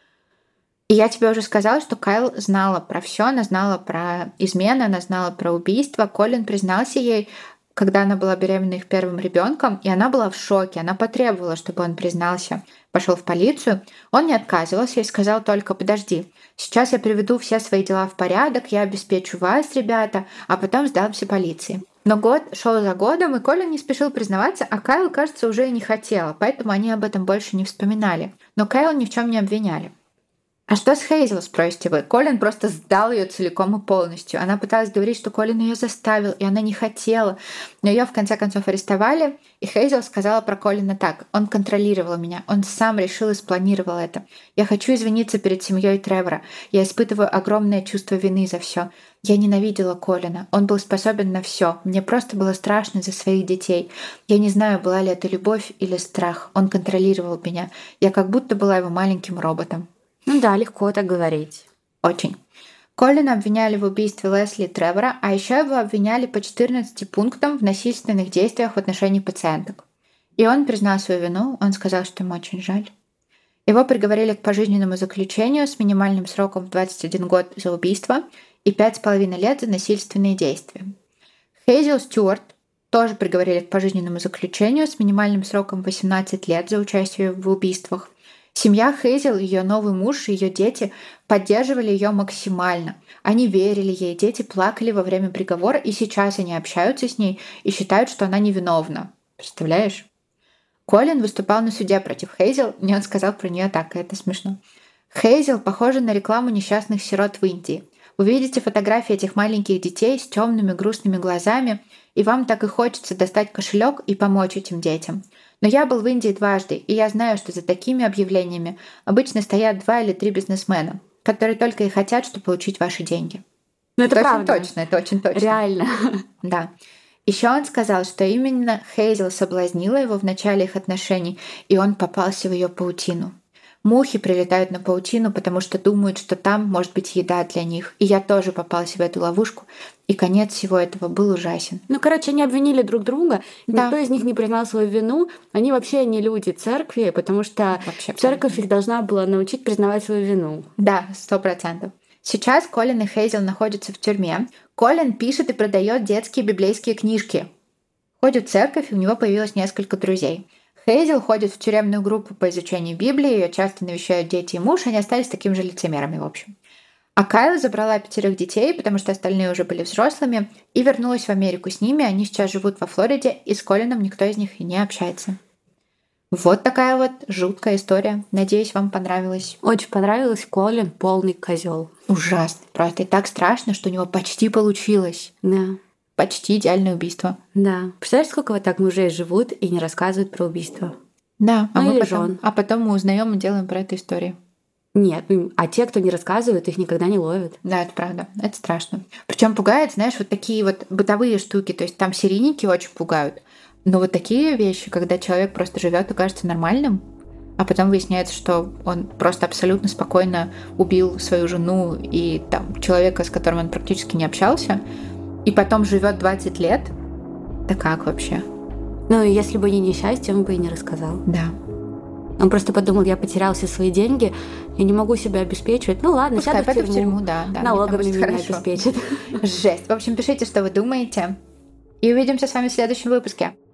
И я тебе уже сказала, что Кайл знала про все, она знала про измены, она знала про убийство. Колин признался ей, когда она была беременна их первым ребенком, и она была в шоке. Она потребовала, чтобы он признался. Пошел в полицию. Он не отказывался и сказал только: «Подожди, сейчас я приведу все свои дела в порядок, я обеспечу вас, ребята, а потом сдамся полиции». Но год шел за годом, и Колин не спешил признаваться, а Кайл, кажется, уже и не хотела, поэтому они об этом больше не вспоминали. Но Кайл ни в чем не обвиняли. А что с Хейзел, спросите вы? Колин просто сдал ее целиком и полностью. Она пыталась говорить, что Колин ее заставил, и она не хотела. Но ее в конце концов арестовали, и Хейзел сказала про Колина так: «Он контролировал меня, он сам решил и спланировал это. Я хочу извиниться перед семьей Тревора. Я испытываю огромное чувство вины за все. Я ненавидела Колина. Он был способен на все. Мне просто было страшно за своих детей. Я не знаю, была ли это любовь или страх. Он контролировал меня. Я как будто была его маленьким роботом». Ну да, легко так говорить. Очень. Колина обвиняли в убийстве Лесли и Тревора, а еще его обвиняли по 14 пунктам в насильственных действиях в отношении пациенток. И он признал свою вину, он сказал, что ему очень жаль. Его приговорили к пожизненному заключению с минимальным сроком в 21 год за убийство и 5,5 лет за насильственные действия. Хейзел Стюарт тоже приговорили к пожизненному заключению с минимальным сроком 18 лет за участие в убийствах. Семья Хейзел, ее новый муж и ее дети поддерживали ее максимально. Они верили ей, дети плакали во время приговора, и сейчас они общаются с ней и считают, что она невиновна. Представляешь? Колин выступал на суде против Хейзел, и он сказал про нее так, и это смешно. Хейзел похожа на рекламу несчастных сирот в Индии. Вы видите фотографии этих маленьких детей с темными грустными глазами, и вам так и хочется достать кошелек и помочь этим детям. Но я был в Индии дважды, и я знаю, что за такими объявлениями обычно стоят 2 или 3 бизнесмена, которые только и хотят, что получить ваши деньги. Но это правда. Это очень точно. Реально. Да. Еще он сказал, что именно Хейзел соблазнила его в начале их отношений, и он попался в ее паутину. Мухи прилетают на паутину, потому что думают, что там может быть еда для них. И я тоже попался в эту ловушку. И конец всего этого был ужасен. Ну, короче, они обвинили друг друга. Да. Никто из них не признал свою вину. Они вообще не люди церкви, потому что Вообще церковь их должна была научить признавать свою вину. Да, 100%. Сейчас Колин и Хейзел находятся в тюрьме. Колин пишет и продает детские библейские книжки. Ходит в церковь, и у него появилось несколько друзей. Хейзел ходит в тюремную группу по изучению Библии, ее часто навещают дети и муж, они остались такими же лицемерами, в общем. А Кайла забрала 5 детей, потому что остальные уже были взрослыми, и вернулась в Америку с ними. Они сейчас живут во Флориде, и с Колином никто из них и не общается. Вот такая вот жуткая история. Надеюсь, вам понравилось. Очень понравилось. Колин полный козел. Ужасно. Просто и так страшно, что у него почти получилось. Да. Почти идеальное убийство. Да. Представляешь, сколько вот так мужей живут и не рассказывают про убийство? Да, Ну, или а потом мы узнаем и делаем про это истории. Нет, а те, кто не рассказывают, их никогда не ловят. Да, это правда. Это страшно. Причем пугает, знаешь, вот такие вот бытовые штуки. То есть там серийники очень пугают. Но вот такие вещи, когда человек просто живет и кажется нормальным, а потом выясняется, что он просто абсолютно спокойно убил свою жену и там человека, с которым он практически не общался, и потом живет 20 лет. Да как вообще? Ну, и если бы не несчастье, он бы и не рассказал. Да. Он просто подумал, я потерял все свои деньги, я не могу себя обеспечивать. Ну ладно, Пускай сяду в тюрьму, да. налоговыми меня обеспечат. Жесть. В общем, пишите, что вы думаете. И увидимся с вами в следующем выпуске.